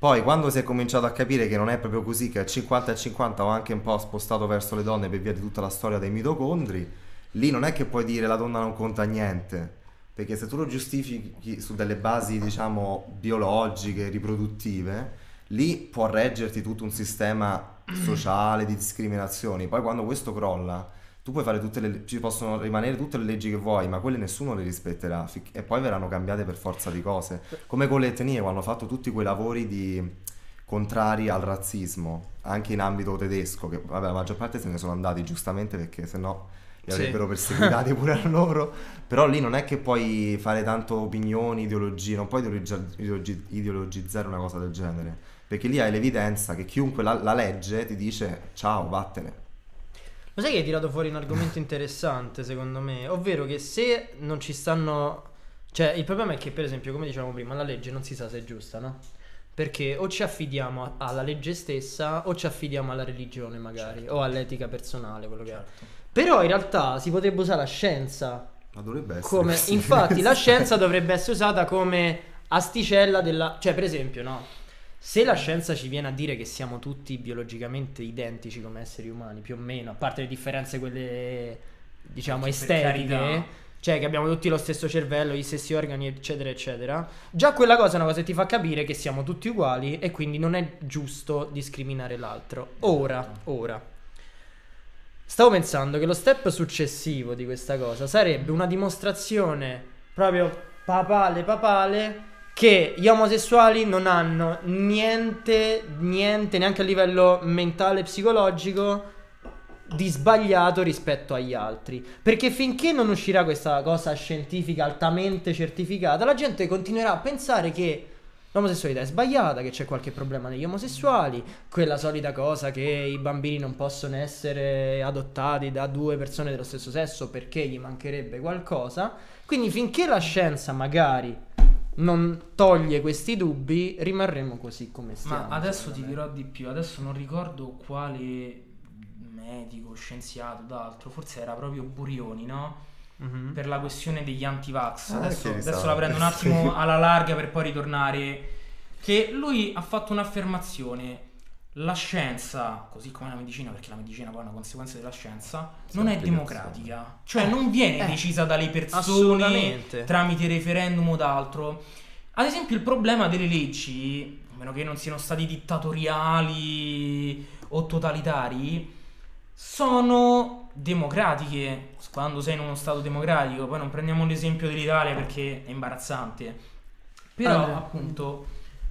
Poi quando si è cominciato a capire che non è proprio così, che è cinquanta e cinquanta, o anche un po' spostato verso le donne per via di tutta la storia dei mitocondri, lì non è che puoi dire la donna non conta niente, perché se tu lo giustifichi su delle basi, diciamo, biologiche, riproduttive, lì può reggerti tutto un sistema sociale di discriminazioni. Poi quando questo crolla, tu puoi fare tutte le, ci possono rimanere tutte le leggi che vuoi, ma quelle nessuno le rispetterà, fi- e poi verranno cambiate per forza di cose. Come con le etnie, quando hanno fatto tutti quei lavori di contrari al razzismo, anche in ambito tedesco, che vabbè, la maggior parte se ne sono andati, giustamente, perché sennò li Sì. avrebbero perseguitati pure a loro. Però lì non è che puoi fare tanto opinioni, ideologie, non puoi ideologizza- ideologi- ideologizzare una cosa del genere, perché lì hai l'evidenza che chiunque la, la legge ti dice ciao, vattene. Lo sai che hai tirato fuori un argomento interessante, secondo me, ovvero che se non ci stanno... Cioè, il problema è che, per esempio, come dicevamo prima, la legge non si sa se è giusta, no? Perché o ci affidiamo a- alla legge stessa o ci affidiamo alla religione, magari, Certo. o all'etica personale, quello che è. Certo. Però in realtà si potrebbe usare la scienza Ma dovrebbe essere come... così. Infatti la scienza dovrebbe essere usata come asticella della... Cioè, per esempio, no? Se la scienza ci viene a dire che siamo tutti biologicamente identici come esseri umani, più o meno, a parte le differenze quelle, diciamo, Per estetiche, carità. cioè che abbiamo tutti lo stesso cervello, gli stessi organi, eccetera, eccetera, già quella cosa è una cosa che ti fa capire che siamo tutti uguali e quindi non è giusto discriminare l'altro. Ora, ora. Stavo pensando che lo step successivo di questa cosa sarebbe una dimostrazione proprio papale papale che gli omosessuali non hanno niente, niente, neanche a livello mentale e psicologico, di sbagliato rispetto agli altri. Perché finché non uscirà questa cosa scientifica altamente certificata, la gente continuerà a pensare che l'omosessualità è sbagliata, che c'è qualche problema negli omosessuali, quella solita cosa che i bambini non possono essere adottati da due persone dello stesso sesso perché gli mancherebbe qualcosa. Quindi finché la scienza magari non toglie questi dubbi, rimarremo così come stiamo. Ma adesso ti secondo me. dirò di più, adesso non ricordo quale medico, scienziato, d'altro, forse era proprio Burioni, no? Mhm. Per la questione degli anti-vax. Ah, Adesso, che adesso risate. la prendo un attimo alla larga per poi ritornare. Che lui ha fatto un'affermazione: la scienza, così come la medicina, perché la medicina poi è una conseguenza della scienza, Sì, non è applicazione. democratica. Cioè non viene Eh, decisa dalle persone assolutamente. tramite referendum o d'altro. Ad esempio il problema delle leggi, a meno che non siano stati dittatoriali o totalitari, sono democratiche quando sei in uno stato democratico. Poi non prendiamo l'esempio dell'Italia perché è imbarazzante. Però Allora. appunto,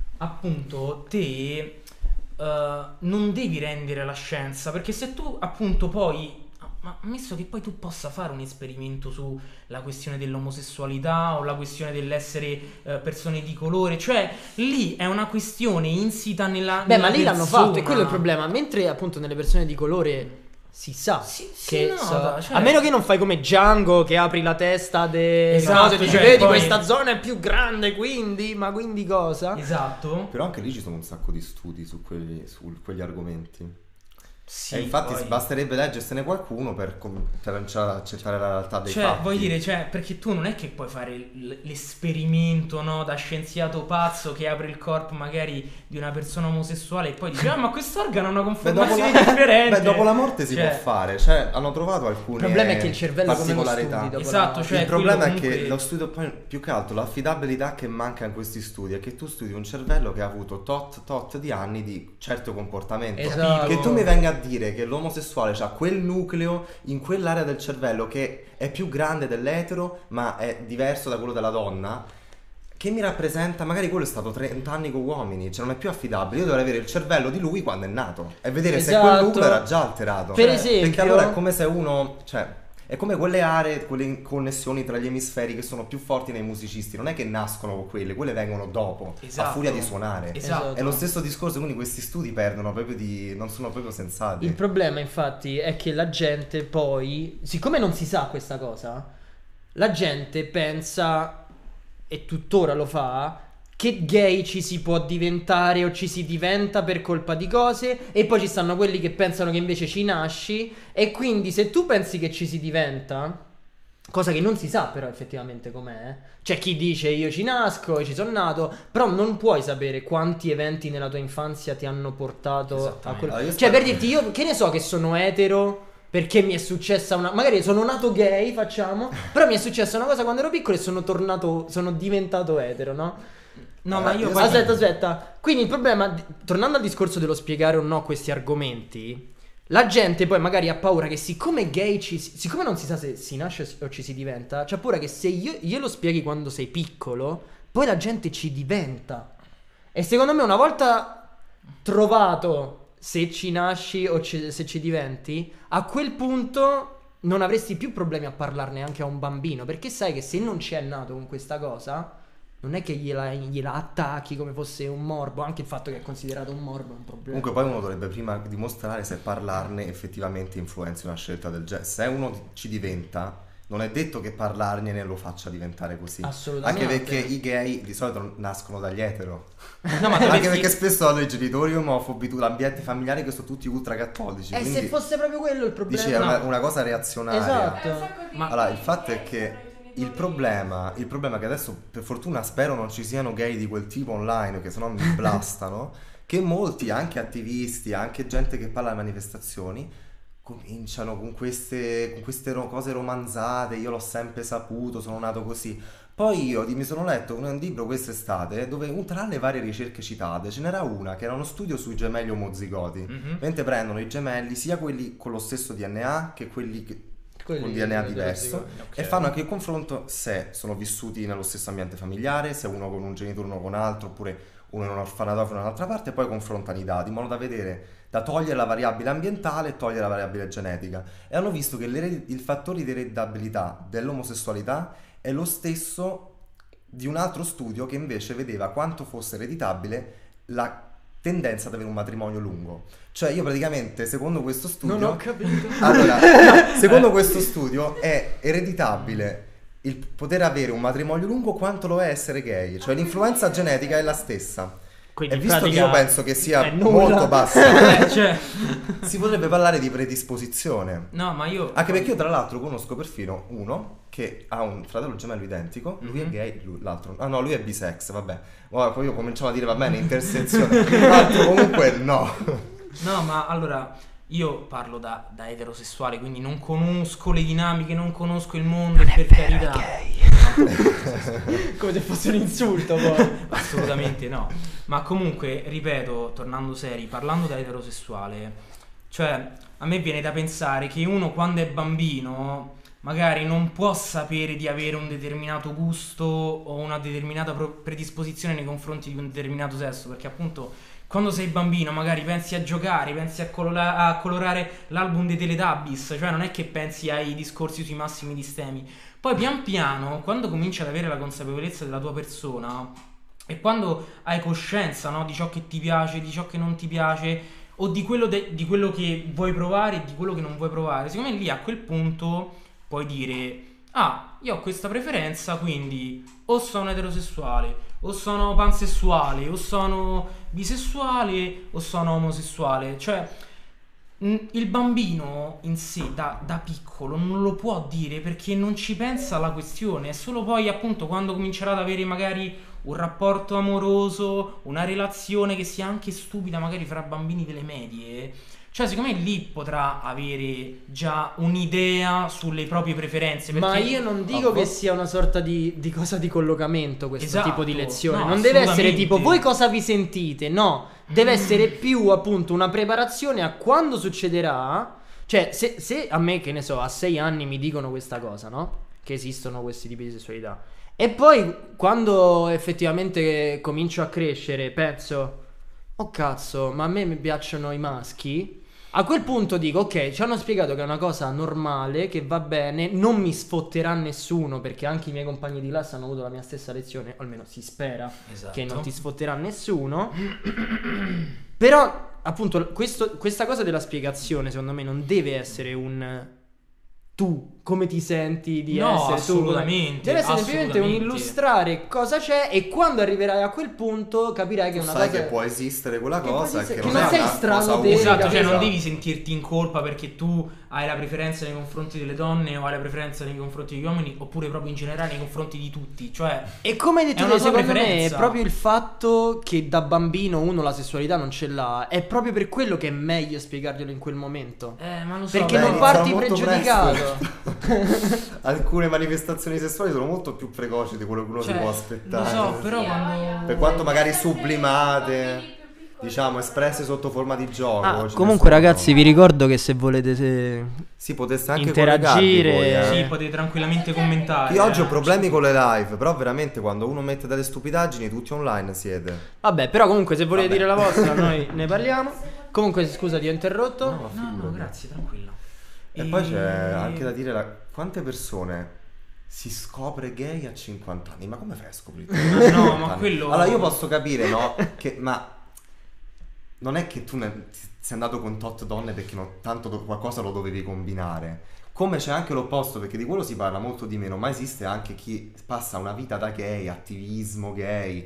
appunto te eh, non devi rendere la scienza, perché se tu appunto poi, ma ammesso che poi tu possa fare un esperimento sulla questione dell'omosessualità o la questione dell'essere eh, persone di colore, cioè lì è una questione insita nella Beh, nella ma lì l'hanno persona. fatto, e quello è il problema. Mentre appunto nelle persone di colore si sa Si- si che nota, so- cioè- a meno che non fai come Django che apri la testa de Esatto, cose, dici cioè, vedi poi- questa zona è più grande, quindi ma quindi cosa? Esatto. Però anche lì ci sono un sacco di studi su, quelli, su quegli argomenti. Sì, E infatti poi- basterebbe leggersene qualcuno per, com- per cominciare ad accettare la realtà dei Cioè, fatti. vuoi dire, cioè, perché tu non è che puoi fare l- l'esperimento, no, da scienziato pazzo che apre il corpo magari di una persona omosessuale e poi dice, ah, ma quest'organo ha una Beh, dopo, conformazione la... differente. Beh, dopo la morte si Cioè, può fare, cioè hanno trovato alcune Il problema è che il cervello come lo particolarità. studi dopo Esatto, la- cioè, il problema quello è che comunque- lo studio, poi più che altro l'affidabilità che manca in questi studi è che tu studi un cervello che ha avuto tot tot di anni di certo comportamento. Esatto. Che tu mi venga a dire che l'omosessuale ha quel nucleo in quell'area del cervello che è più grande dell'etero ma è diverso da quello della donna, che mi rappresenta, magari quello è stato trenta anni con uomini, cioè non è più affidabile. Io dovrei avere il cervello di lui quando è nato e vedere se Esatto. quel nucleo era già alterato. Per Cioè, esempio- perché allora è come se uno, cioè è come quelle aree, quelle connessioni tra gli emisferi che sono più forti nei musicisti, non è che nascono con quelle, quelle vengono dopo, Esatto. a furia di suonare. Esatto. È lo stesso discorso, quindi questi studi perdono proprio di, non sono proprio sensati. Il problema infatti è che la gente poi, siccome non si sa questa cosa, la gente pensa, e tuttora lo fa, che gay ci si può diventare o ci si diventa per colpa di cose, e poi ci stanno quelli che pensano che invece ci nasci, e quindi se tu pensi che ci si diventa, Cosa che non si sa però effettivamente com'è. eh. C'è chi dice io ci nasco, ci sono nato, però non puoi sapere quanti eventi nella tua infanzia ti hanno portato a Esattamente. quello. Allora, io Cioè, spero- per dirti, io che ne so che sono etero perché mi è successa una. Magari sono nato gay, facciamo. Però mi è successa una cosa quando ero piccolo e sono tornato. Sono diventato etero, no? No, Eh, ma io io poi- Aspetta, aspetta. Quindi il problema, di- tornando al discorso dello spiegare o no questi argomenti, la gente poi magari ha paura che siccome gay ci, siccome non si sa se si nasce o ci si diventa, c'ha paura che se io, glielo spieghi quando sei piccolo, poi la gente ci diventa. E secondo me una volta trovato se ci nasci o ci- se ci diventi, a quel punto non avresti più problemi a parlarne anche a un bambino, perché sai che se non ci è nato con questa cosa, non è che gliela, gliela attacchi come fosse un morbo. Anche il fatto che è considerato un morbo è un problema. Comunque poi uno dovrebbe prima dimostrare se parlarne effettivamente influenza una scelta del genere. Se uno ci diventa, non è detto che parlarne lo faccia diventare così. Assolutamente. Anche perché i gay di solito nascono dagli etero. No, ma Anche dovresti- perché spesso hanno i genitori omofobi, tu- l'ambiente familiare che sono tutti ultracattolici. E quindi se fosse proprio quello il problema. dici è una, no. una cosa reazionaria. Esatto. Eh, un sacco di- Ma- Allora, il fatto è di- che di- il problema, il problema è che adesso per fortuna spero non ci siano gay di quel tipo online, che sennò mi blastano, che molti, anche attivisti, anche gente che parla alle manifestazioni, cominciano con queste, con queste ro- cose romanzate, io l'ho sempre saputo, sono nato così. Poi io ti- mi sono letto un libro quest'estate dove un- tra le varie ricerche citate ce n'era una che era uno studio sui gemelli omozigoti, Mhm. mentre prendono i gemelli sia quelli con lo stesso D N A che quelli che Quelli con D N A che- diverso ok. e fanno anche il confronto se sono vissuti nello stesso ambiente familiare, se uno con un genitore, uno con altro, oppure uno in un orfanotrofio da un'altra parte, e poi confrontano i dati in modo da vedere, da togliere la variabile ambientale e togliere la variabile genetica, e hanno visto che l'ere- il fattore di ereditabilità dell'omosessualità è lo stesso di un altro studio che invece vedeva quanto fosse ereditabile la tendenza ad avere un matrimonio lungo. Cioè io praticamente, secondo questo studio, Non ho capito. allora, secondo questo studio è ereditabile il poter avere un matrimonio lungo quanto lo è essere gay, cioè l'influenza genetica è la stessa. Quindi E in visto che pratica io penso che sia è nulla. molto bassa, Eh, cioè, si potrebbe parlare di predisposizione. no, ma io Anche perché io tra l'altro conosco perfino uno che ha un fratello gemello identico, lui è Mhm. gay, lui- l'altro ah no, lui è bisex, vabbè. Ora, poi io cominciavo a dire va bene, intersezione, l'altro comunque no. No, ma allora io parlo da, da eterosessuale, quindi non conosco le dinamiche, non conosco il mondo, e per carità. Come se fosse un insulto poi. Assolutamente no. Ma comunque, ripeto, tornando seri, parlando da eterosessuale, cioè a me viene da pensare che uno quando è bambino magari non può sapere di avere un determinato gusto o una determinata pro- predisposizione nei confronti di un determinato sesso, perché appunto quando sei bambino magari pensi a giocare, pensi a, colola- a colorare l'album dei Teletubbies, cioè non è che pensi ai discorsi sui massimi distemi. Poi pian piano, quando cominci ad avere la consapevolezza della tua persona e quando hai coscienza, no, di ciò che ti piace, di ciò che non ti piace, o di quello, de- di quello che vuoi provare e di quello che non vuoi provare, secondo me lì a quel punto puoi dire: ah, io ho questa preferenza, quindi o sono eterosessuale, o sono pansessuale, o sono bisessuale, o sono omosessuale. Cioè, mh, il bambino in sé, da, da piccolo, non lo può dire perché non ci pensa alla questione. È solo poi, appunto, quando comincerà ad avere magari un rapporto amoroso, una relazione che sia anche stupida, magari fra bambini delle medie. Cioè, secondo me lì potrà avere già un'idea sulle proprie preferenze. Ma perché- io non dico Ah, che boh. sia una sorta di, di cosa di collocamento questo Esatto, tipo di lezione. no, Non deve essere assolutamente. tipo voi cosa vi sentite, no. Deve essere più appunto una preparazione a quando succederà. Cioè se, se a me, che ne so, a sei anni mi dicono questa cosa, no? Che esistono questi tipi di sessualità. E poi quando effettivamente comincio a crescere penso: oh cazzo, ma a me mi piacciono i maschi. A quel punto dico: ok, ci hanno spiegato che è una cosa normale, che va bene, non mi sfotterà nessuno, perché anche i miei compagni di classe hanno avuto la mia stessa lezione, o almeno si spera Esatto. che non ti sfotterà nessuno. Però appunto questo- questa cosa della spiegazione secondo me non deve essere un tu come ti senti di No, essere assolutamente, tu. Deve essere semplicemente un assolutamente. illustrare cosa c'è, e quando arriverai a quel punto capirai che Tu una sai cosa che può esistere quella che può cosa e esistere- che che non, non è sei una strano cosa te, unica. Esatto, cioè non Esatto. devi sentirti in colpa perché tu hai la preferenza nei confronti delle donne o hai la preferenza nei confronti degli uomini, oppure proprio in generale nei confronti di tutti. Cioè, E come hai detto È una te, tua secondo me è preferenza. proprio il fatto che da bambino uno la sessualità non ce l'ha. È proprio per quello che è meglio spiegarglielo in quel momento. eh, ma lo so, Perché Beh, non iniziano parti molto pregiudicato. presto. Alcune manifestazioni sessuali sono molto più precoci di quello che uno Cioè, si può lo aspettare. so, però Sì, quando... Per quanto magari sublimate, diciamo espresse sotto forma di gioco. Ah, ce comunque ne sono. ragazzi, vi ricordo che se volete se... Sì, poteste anche interagire, collegarvi voi, eh. Sì, potete tranquillamente commentare. Io oggi ho eh. problemi con le live, però veramente quando uno mette delle stupidaggini tutti online siete. Vabbè, però comunque se volete Vabbè. dire la vostra noi ne parliamo. Comunque scusa, ti ho interrotto. No, No, no, figurati. grazie, tranquillo. E poi c'è anche da dire la... quante persone si scopre gay a cinquanta anni. Ma come fai a scoprirti? Ma no, ma quello- Allora io posso capire, no? Che, ma non è che tu ne... sei andato con tot donne perché no, tanto do- qualcosa lo dovevi combinare. Come c'è anche l'opposto, perché di quello si parla molto di meno, ma esiste anche chi passa una vita da gay, attivismo gay,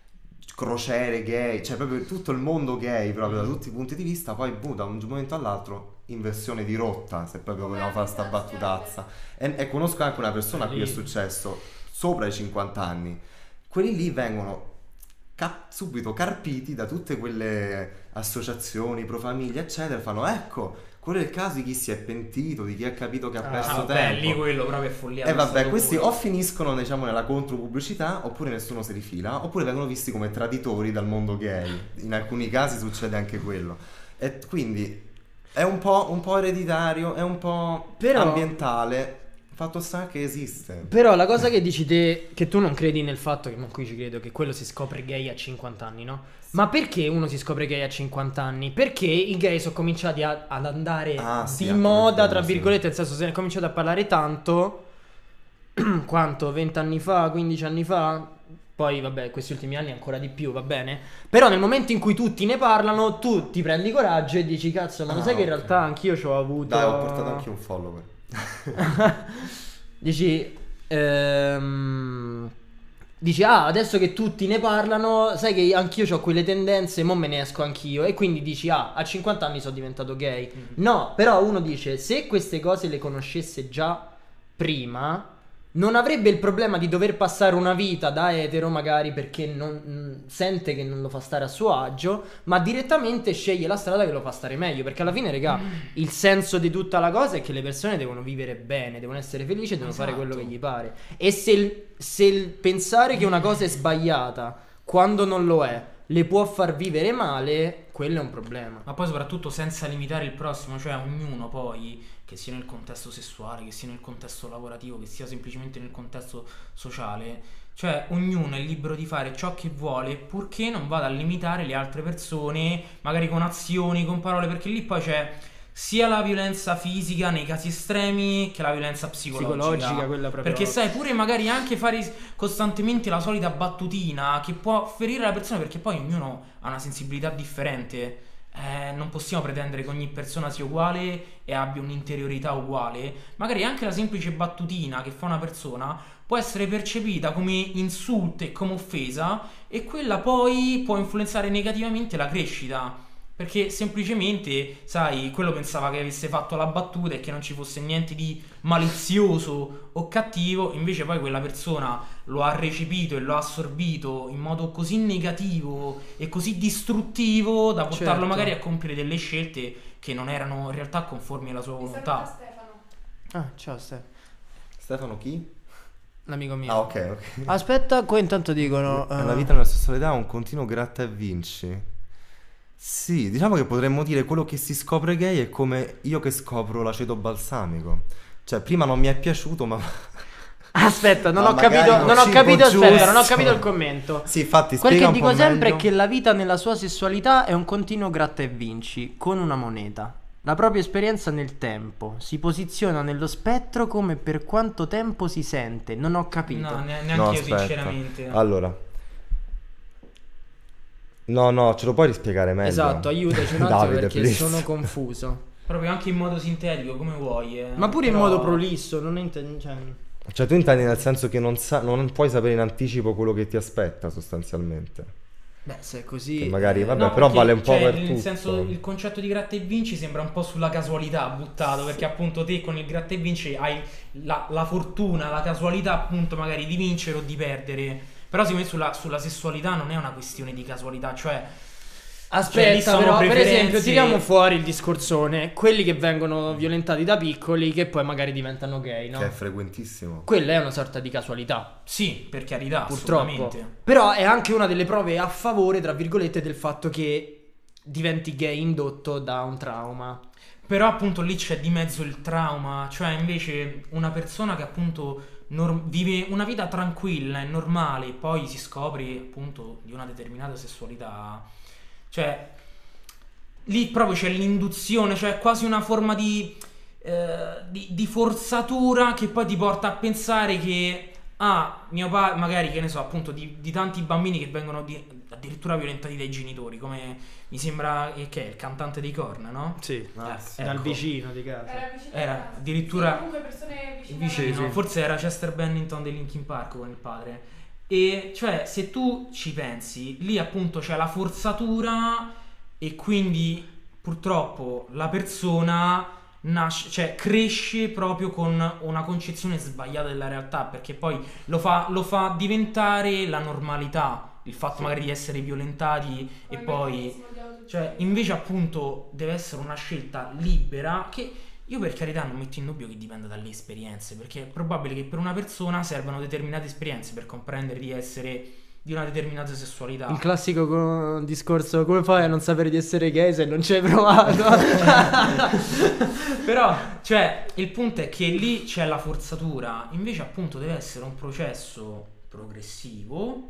crociere gay, cioè proprio tutto il mondo gay, proprio da tutti i punti di vista, poi boh, da un momento all'altro inversione di rotta, se proprio vogliamo fare sta battutazza. E, e conosco anche una persona a cui è successo sopra i cinquanta anni. Quelli lì vengono ca- subito carpiti da tutte quelle associazioni pro famiglia eccetera, fanno ecco, quello è il caso di chi si è pentito, di chi ha capito che ha Ah, perso Ah, vabbè, tempo. lì quello proprio è follia. E vabbè, stato questi pure. o finiscono diciamo nella contropubblicità oppure nessuno si rifila, oppure vengono visti come traditori dal mondo gay. In alcuni casi succede anche quello. E quindi è un po', un po' ereditario, è un po' Però- ambientale. Fatto sta che esiste. Però la cosa che dici te, che tu non credi nel fatto, che ma qui ci credo, che quello si scopre gay a cinquanta anni, no? Ma perché uno si scopre gay a cinquanta anni? Perché i gay sono cominciati a- ad andare Ah, sì, di anche moda, per tra quello, sì. virgolette, nel senso se ne è cominciato a parlare tanto, quanto, venti anni fa, quindici anni fa? Poi vabbè, questi ultimi anni ancora di più, va bene? Però nel momento in cui tutti ne parlano, tu ti prendi coraggio e dici cazzo, ma lo Ah, sai che in ok. realtà anch'io ci ho avuto... Dai, ho portato anche un follower. Dici, ehm, dici, ah, adesso che tutti ne parlano, sai che anch'io ho quelle tendenze, mo me ne esco anch'io. E quindi dici, ah, a cinquanta anni sono diventato gay. No, però uno dice, se queste cose le conoscesse già prima, non avrebbe il problema di dover passare una vita da etero, magari perché non, mh, sente che non lo fa stare a suo agio, ma direttamente sceglie la strada che lo fa stare meglio. Perché alla fine, regà, il senso di tutta la cosa è che le persone devono vivere bene, devono essere felici e devono fare Esatto. quello che gli pare. E se il, se il pensare che una cosa è sbagliata quando non lo è le può far vivere male, quello è un problema. Ma poi soprattutto senza limitare il prossimo, cioè ognuno poi, che sia nel contesto sessuale, che sia nel contesto lavorativo, che sia semplicemente nel contesto sociale, cioè ognuno è libero di fare ciò che vuole, purché non vada a limitare le altre persone, magari con azioni, con parole, perché lì poi c'è sia la violenza fisica nei casi estremi che la violenza psicologica. Psicologica, quella proprio. Perché sai, pure magari anche fare costantemente la solita battutina che può ferire la persona, perché poi ognuno ha una sensibilità differente. Eh, non possiamo pretendere che ogni persona sia uguale e abbia un'interiorità uguale. Magari anche la semplice battutina che fa una persona può essere percepita come insulto e come offesa, e quella poi può influenzare negativamente la crescita. Perché semplicemente, sai, quello pensava che avesse fatto la battuta e che non ci fosse niente di malizioso o cattivo, invece poi quella persona lo ha recepito e lo ha assorbito in modo così negativo e così distruttivo da portarlo Certo. magari a compiere delle scelte che non erano in realtà conformi alla sua Mi saluta volontà. Stefano. Ah, ciao Stefano, Stefano chi? l'amico mio. Ah, ok, ok. Aspetta, qua intanto dicono... eh, La vita nella sessualità è un continuo gratta e vinci. Sì, diciamo che potremmo dire quello che si scopre gay è come io che scopro l'aceto balsamico. Cioè, prima non mi è piaciuto, ma... Aspetta, non Ma ho magari capito, non non ho cibo capito, aspetta, giusto. non ho capito il commento. Sì, infatti, Quel spiega che un po' dico sempre meglio. è che la vita nella sua sessualità è un continuo gratta e vinci con una moneta. La propria esperienza nel tempo si posiziona nello spettro come per quanto tempo si sente. Non ho capito. No, ne- neanche No, io aspetta. sinceramente. Allora. No, no, ce lo puoi rispiegare meglio? Esatto, aiutaci un attimo Davide, perché please. sono confuso. Proprio anche in modo sintetico, come vuoi. Eh. Ma pure Però... in modo prolisso, non inten- cioè... Cioè tu intendi nel senso che non, sa- non puoi sapere in anticipo quello che ti aspetta sostanzialmente. Beh, se è così... Che magari, vabbè, No, però perché, vale un po' cioè, per nel tutto. senso, il concetto di gratta e vinci sembra un po' sulla casualità buttato, perché appunto te con il gratta e vinci hai la, la fortuna, la casualità appunto magari di vincere o di perdere. Però secondo me sulla, sulla sessualità non è una questione di casualità, cioè... Aspetta, Cioè, lì sono però, per preferenze- esempio, tiriamo fuori il discorsone. Quelli che vengono violentati da piccoli, che poi magari diventano gay, no? Che è frequentissimo. Quella è una sorta di casualità, Sì, per carità, purtroppo. assolutamente. Però è anche una delle prove a favore, tra virgolette, del fatto che diventi gay indotto da un trauma. Però appunto lì c'è di mezzo il trauma, cioè invece una persona che appunto nor- vive una vita tranquilla e normale e poi si scopre appunto di una determinata sessualità, cioè lì proprio c'è l'induzione, cioè quasi una forma di, eh, di, di forzatura che poi ti porta a pensare che ah, mio padre, magari che ne so appunto di, di tanti bambini che vengono di- addirittura violentati dai genitori, come mi sembra che, che è il cantante dei Corn, no? Sì, Ah, Eh, sì. dal ecco. vicino di casa. Era vicino Era a casa. addirittura- Sì, comunque persone vicine. Vicino, Sì, sì. forse era Chester Bennington dei Linkin Park con il padre. E cioè, se tu ci pensi, lì appunto c'è la forzatura e quindi purtroppo la persona nasce, cioè cresce proprio con una concezione sbagliata della realtà, perché poi lo fa, lo fa diventare la normalità, il fatto magari di essere violentati e Come poi... meccanismo di autodifesa. Cioè, invece appunto deve essere una scelta libera che io per carità non metto in dubbio che dipenda dalle esperienze, perché è probabile che per una persona servano determinate esperienze per comprendere di essere di una determinata sessualità. Il classico co- discorso, come fai a non sapere di essere gay se non ci hai provato? Però, cioè, il punto è che lì c'è la forzatura, invece appunto deve essere un processo progressivo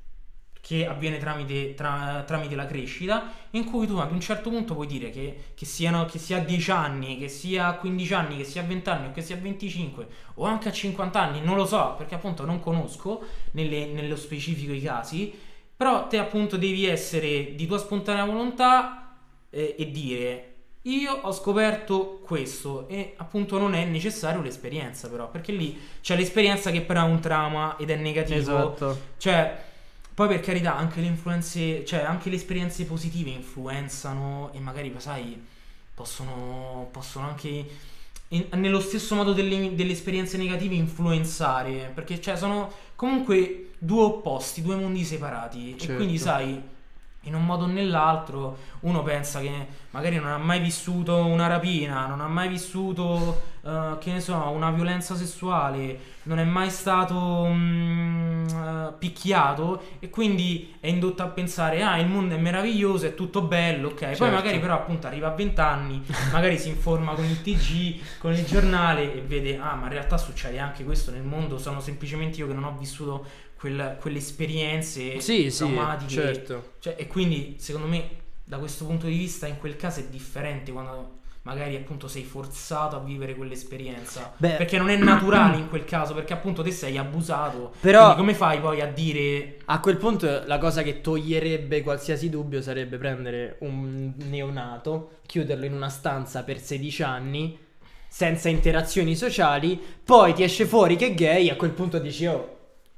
che avviene tramite, tra- tramite la crescita, in cui tu ad un certo punto puoi dire che, che siano che sia a dieci anni, che sia a quindici anni, che sia a venti anni o che sia a venticinque o anche a cinquanta anni, non lo so, perché appunto non conosco nelle- nello specifico i casi, però te appunto devi essere di tua spontanea volontà eh, e dire io ho scoperto questo, e appunto non è necessario l'esperienza, però, perché lì c'è l'esperienza che però è un trauma ed è negativo. Esatto. Cioè, poi per carità, anche le influenze, cioè anche le esperienze positive influenzano e magari, sai, possono, possono anche in- nello stesso modo delle, delle esperienze negative influenzare, perché cioè sono comunque due opposti, due mondi separati. Certo. E quindi, sai, in un modo o nell'altro uno pensa che magari non ha mai vissuto una rapina, non ha mai vissuto, eh, che ne so, una violenza sessuale, non è mai stato mm, eh, picchiato e quindi è indotto a pensare ah, il mondo è meraviglioso, è tutto bello, ok. Poi Certo. magari però appunto arriva a venti anni, magari si informa con il T G, con il giornale e vede ah, ma in realtà succede anche questo nel mondo, sono semplicemente io che non ho vissuto quel- quelle esperienze Sì, sì, traumatiche. certo. Cioè, e quindi secondo me da questo punto di vista in quel caso è differente quando magari appunto sei forzato a vivere quell'esperienza. Beh. Perché non è naturale in quel caso, perché appunto te sei abusato. Però- Quindi come fai poi a dire A quel punto la cosa che toglierebbe qualsiasi dubbio sarebbe prendere un neonato, chiuderlo in una stanza per sedici anni, senza interazioni sociali, poi ti esce fuori che è gay, a quel punto dici oh,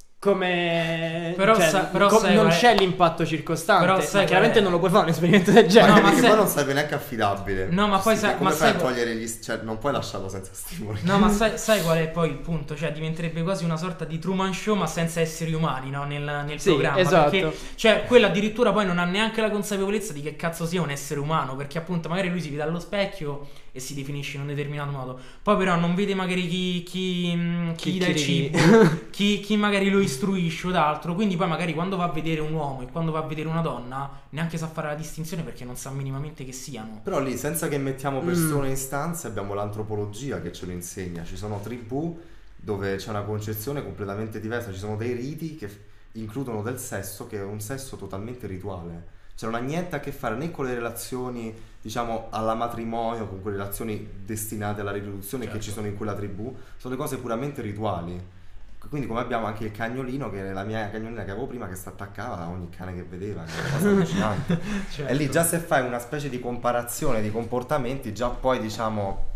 come... Però cioè, sa- però com- sai non qual è- c'è l'impatto circostante, Però ma sai chiaramente qual è- non lo puoi fare un esperimento del genere. No, ma Perché sai- poi non sarebbe neanche affidabile. No, ma poi Sì, sai- come ma fai sai- a togliere gli... Cioè, non puoi lasciarlo senza stimoli. no, ma sai, sai qual è poi il punto? Cioè, diventerebbe quasi una sorta di Truman Show, ma senza esseri umani, no? Nel, nel Sì, programma. esatto. Perché, cioè, quello addirittura poi non ha neanche la consapevolezza di che cazzo sia un essere umano. Perché, appunto, magari lui si vede allo specchio e si definisce in un determinato modo. Poi, però, non vede magari chi, chi, mh, chi gli dà il Chi- cibo, chi, chi magari lo istruisce o d'altro. Quindi, poi, magari quando va a vedere un uomo e quando va a vedere una donna, neanche sa fare la distinzione perché non sa minimamente che siano. Però lì, senza che mettiamo persone in stanze, abbiamo l'antropologia che ce lo insegna. Ci sono tribù dove c'è una concezione completamente diversa. Ci sono dei riti che f- includono del sesso che è un sesso totalmente rituale. Cioè non ha niente a che fare né con le relazioni, diciamo, alla matrimonio, con quelle relazioni destinate alla riproduzione che Certo. ci sono in quella tribù. Sono le cose puramente rituali. Quindi come abbiamo anche il cagnolino, che è la mia cagnolina che avevo prima, che si attaccava a ogni cane che vedeva, che è una cosa allucinante. Certo. E lì già se fai una specie di comparazione di comportamenti, già poi diciamo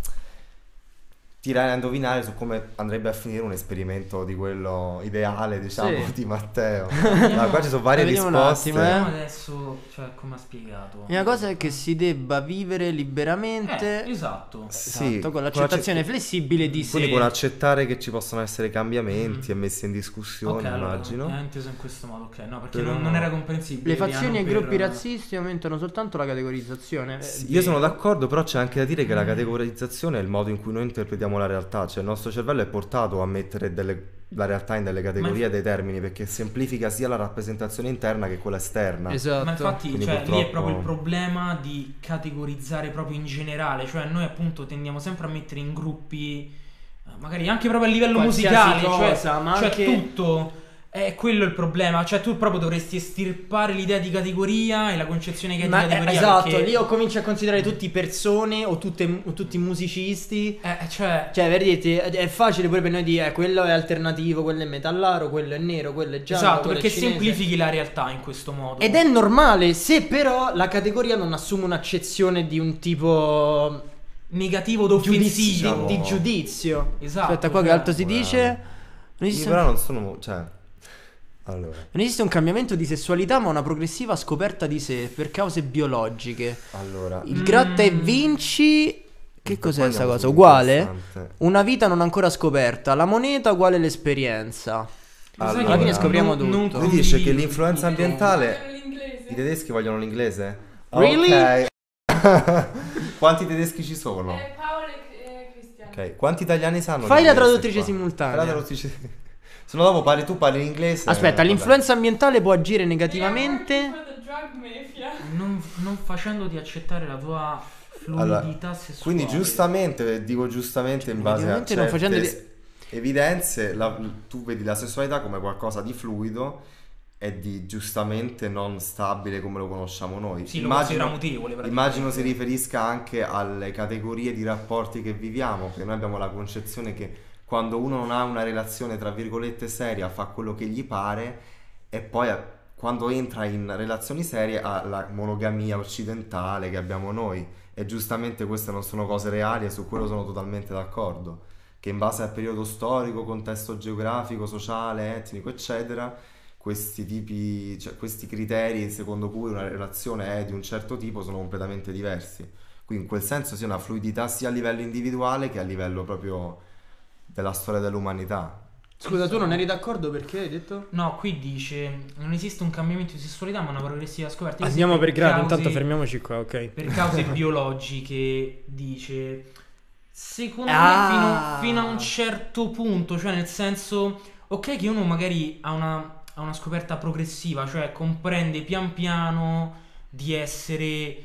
tirare a indovinare su come andrebbe a finire un esperimento di quello ideale, diciamo, Sì. di Matteo. No, qua ci sono varie Vediamo un risposte. attimo, eh. Vediamo adesso, cioè, come ha spiegato. La cosa è che si debba vivere Eh, liberamente, esatto. Sì, esatto, con con l'accettazione l'accett- flessibile di sé. Quindi con accettare che ci possono essere cambiamenti Mm. e messe in discussione, Ok, allora, immagino. è inteso in questo modo, ok. No, perché Però- non, non era comprensibile. Le fazioni e i per- gruppi razzisti aumentano soltanto la categorizzazione. Eh, Sì, io sono vero. d'accordo, però c'è anche da dire che la Mm. categorizzazione è il modo in cui noi interpretiamo la realtà, cioè il nostro cervello è portato a mettere delle- la realtà in delle categorie e dei termini, perché semplifica sia la rappresentazione interna che quella esterna. Esatto. Ma infatti, Quindi cioè, lì è purtroppo- proprio il problema di categorizzare proprio in generale. Cioè, noi appunto tendiamo sempre a mettere in gruppi, eh, magari anche proprio a livello Qualsiasi musicale, cosa, cioè, ma cioè anche- tutto. È quello il problema. Cioè, tu proprio dovresti estirpare l'idea di categoria e la concezione che hai Ma di eh, categoria. esatto, perché- lì io comincio a considerare tutti persone o, tutte- o tutti musicisti. Eh, cioè, Cioè, per dirti, è è facile pure per noi dire, eh, quello è alternativo, quello è metallaro, quello è nero, quello è giallo, esatto, quello è perché cinese. semplifichi la realtà in questo modo. Ed è normale, se però la categoria non assume un'accezione di un tipo negativo giudizio, d'offensivo. di, di giudizio. Esatto. Aspetta, qua che cioè- altro si Bravo. dice? Non Io esiste, però non sono... cioè... Allora, non esiste un cambiamento di sessualità, ma una progressiva scoperta di sé per cause biologiche. allora... Il Mm. gratta e vinci. Che cos'è Poi questa andiamo cosa? su Uguale? interessante. Una vita non ancora scoperta. La moneta uguale l'esperienza. Lo sai Allora, che alla fine scopriamo non- non tutto. Lui dice che condivido l'influenza tutto. ambientale... L'inglese. I tedeschi vogliono l'inglese? Really? Ok. Quanti tedeschi ci sono? Eh, Paolo e e Cristiano. Ok, quanti italiani sanno Fai la l'inglese traduttrice qua? simultanea. Fai la traduttrice... Se no dopo parli tu, parli l'inglese... Aspetta, vabbè. l'influenza ambientale può agire We are negativamente. working for the drug mafia. Non, non facendoti accettare la tua Allora, fluidità sessuale. quindi giustamente, dico giustamente in base a Negativamente non certe facendo es- evidenze, la- tu vedi la sessualità come qualcosa di fluido e di giustamente non stabile come lo conosciamo noi. Sì, lo considera mutevole, praticamente. immagino si riferisca anche alle categorie di rapporti che viviamo, perché noi abbiamo la concezione che quando uno non ha una relazione tra virgolette seria fa quello che gli pare e poi a- quando entra in relazioni serie ha la monogamia occidentale che abbiamo noi. E giustamente queste non sono cose reali e su quello sono totalmente d'accordo, che in base al periodo storico, contesto geografico, sociale, etnico, eccetera, questi tipi, cioè questi criteri secondo cui una relazione è di un certo tipo sono completamente diversi. Quindi in quel senso sia una fluidità sia a livello individuale che a livello proprio della storia dell'umanità. Scusa, tu non eri d'accordo perché hai detto? No, qui dice non esiste un cambiamento di sessualità, ma una progressiva scoperta. Andiamo per gradi, cause- intanto fermiamoci qua, ok. Per cause biologiche, dice. Secondo Ah. me fino, fino a un certo punto, cioè nel senso, ok che uno magari ha una, ha una scoperta progressiva, cioè comprende pian piano di essere eh,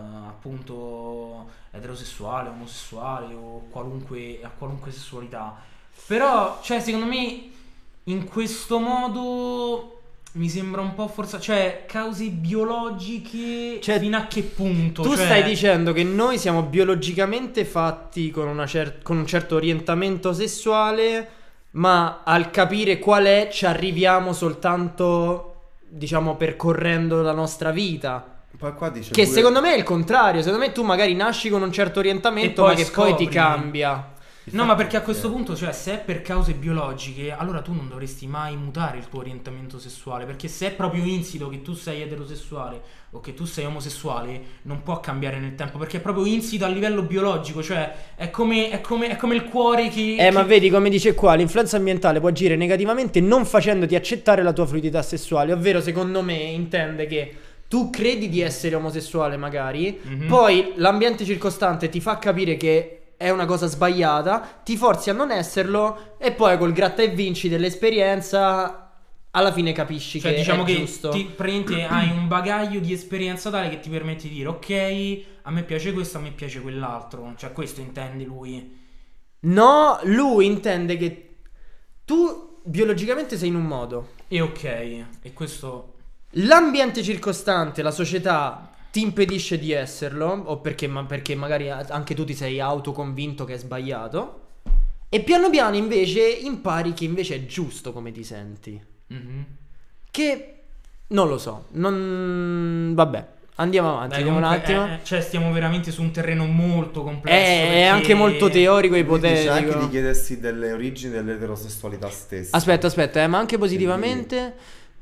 appunto eterosessuale, omosessuale o qualunque, a qualunque sessualità. Però, cioè, secondo me in questo modo mi sembra un po' forzato, cioè cause biologiche Cioè, fino a che punto? Tu Cioè, stai dicendo che noi siamo biologicamente fatti con, una cer- con un certo orientamento sessuale, ma al capire qual è ci arriviamo soltanto, diciamo, percorrendo la nostra vita. Poi qua dice Che pure- secondo me è il contrario. Secondo me tu magari nasci con un certo orientamento, E ma poi che poi ti scopri. cambia. No, ma perché a questo eh. punto, cioè, se è per cause biologiche, allora tu non dovresti mai mutare il tuo orientamento sessuale. Perché se è proprio insito che tu sei eterosessuale o che tu sei omosessuale, non può cambiare nel tempo. Perché è proprio insito a livello biologico. Cioè, è come, è come, è come il cuore che. Eh, ma che- vedi come dice qua, l'influenza ambientale può agire negativamente non facendoti accettare la tua fluidità sessuale. Ovvero, secondo me, intende che tu credi di essere omosessuale magari, Mhm. poi l'ambiente circostante ti fa capire che è una cosa sbagliata, ti forzi a non esserlo e poi col gratta e vinci dell'esperienza alla fine capisci Cioè, che diciamo è che giusto. ti prendi, hai un bagaglio di esperienza tale che ti permette di dire: ok, a me piace questo, a me piace quell'altro. Cioè, questo intende lui. No, lui intende che tu biologicamente sei in un modo. E ok, e questo. L'ambiente circostante, la società ti impedisce di esserlo, o perché, ma perché magari anche tu ti sei autoconvinto che è sbagliato. E piano piano invece impari che invece è giusto come ti senti. Mhm. Che non lo so, non vabbè, andiamo avanti, Dai, vediamo un comunque, attimo. eh, eh, cioè stiamo veramente su un terreno molto complesso. È, è perché- anche molto teorico e Lui dice anche ipotetico. di chiedersi delle origini dell'eterosessualità stessa. Aspetta, aspetta, eh, ma anche positivamente.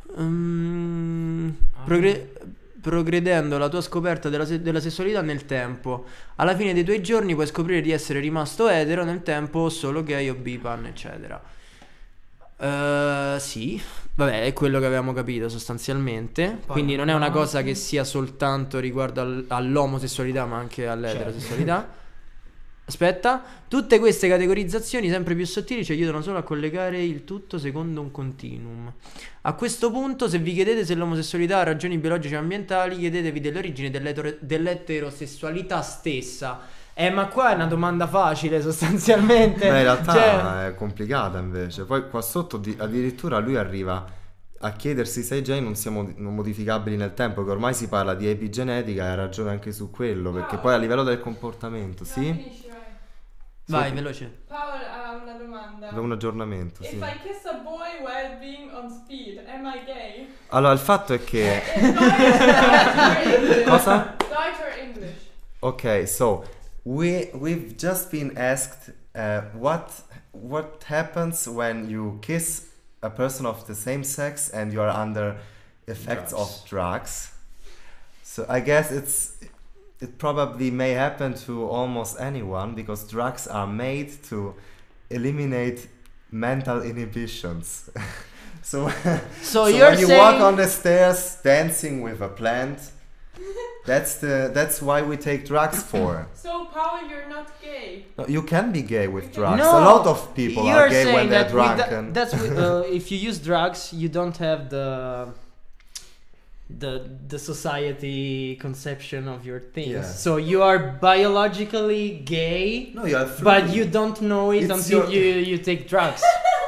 mm, progre- progredendo la tua scoperta della, se- della sessualità nel tempo. Alla fine dei tuoi giorni puoi scoprire di essere rimasto etero nel tempo o solo gay o bipan, eccetera. Eh, sì, vabbè, è quello che avevamo capito sostanzialmente. Quindi non è una cosa che sia soltanto riguardo al- all'omosessualità, ma anche all'eterosessualità. Aspetta, tutte queste categorizzazioni sempre più sottili ci aiutano solo a collegare il tutto secondo un continuum. A questo punto, se vi chiedete se l'omosessualità ha ragioni biologiche e ambientali, chiedetevi delle origini dell'etero- dell'eterosessualità stessa. Eh, ma qua è una domanda facile sostanzialmente. Beh, in realtà Cioè, è complicata invece. Poi qua sotto di- addirittura lui arriva a chiedersi se i geni non siano non modificabili nel tempo, che ormai si parla di epigenetica e ha ragione anche su quello, perché poi a livello del comportamento, No, sì? finisci, vai. vai, veloce. Paolo ha una domanda. È un aggiornamento, If sì. I kiss a boy while being on speed, am I gay? Allora, il fatto è che... Eh, Deutsch or English? Cosa? Deutsch or English? Ok, so we we've just been asked uh, what what happens when you kiss a person of the same sex and you are under effects of drugs. So I guess it's it probably may happen to almost anyone because drugs are made to eliminate mental inhibitions. so So, so you're when you saying walk on the stairs dancing with a plant, that's the that's why we take drugs for. So, Paul, you're not gay. No, you can be gay with You can- drugs. No, A lot of people you are are gay saying when they're that with drunk. the- and that's with, uh, if you use drugs, you don't have the the the society conception of your things. Yeah. So you are biologically gay, no, you are free. but you don't know it It's until your- you you take drugs.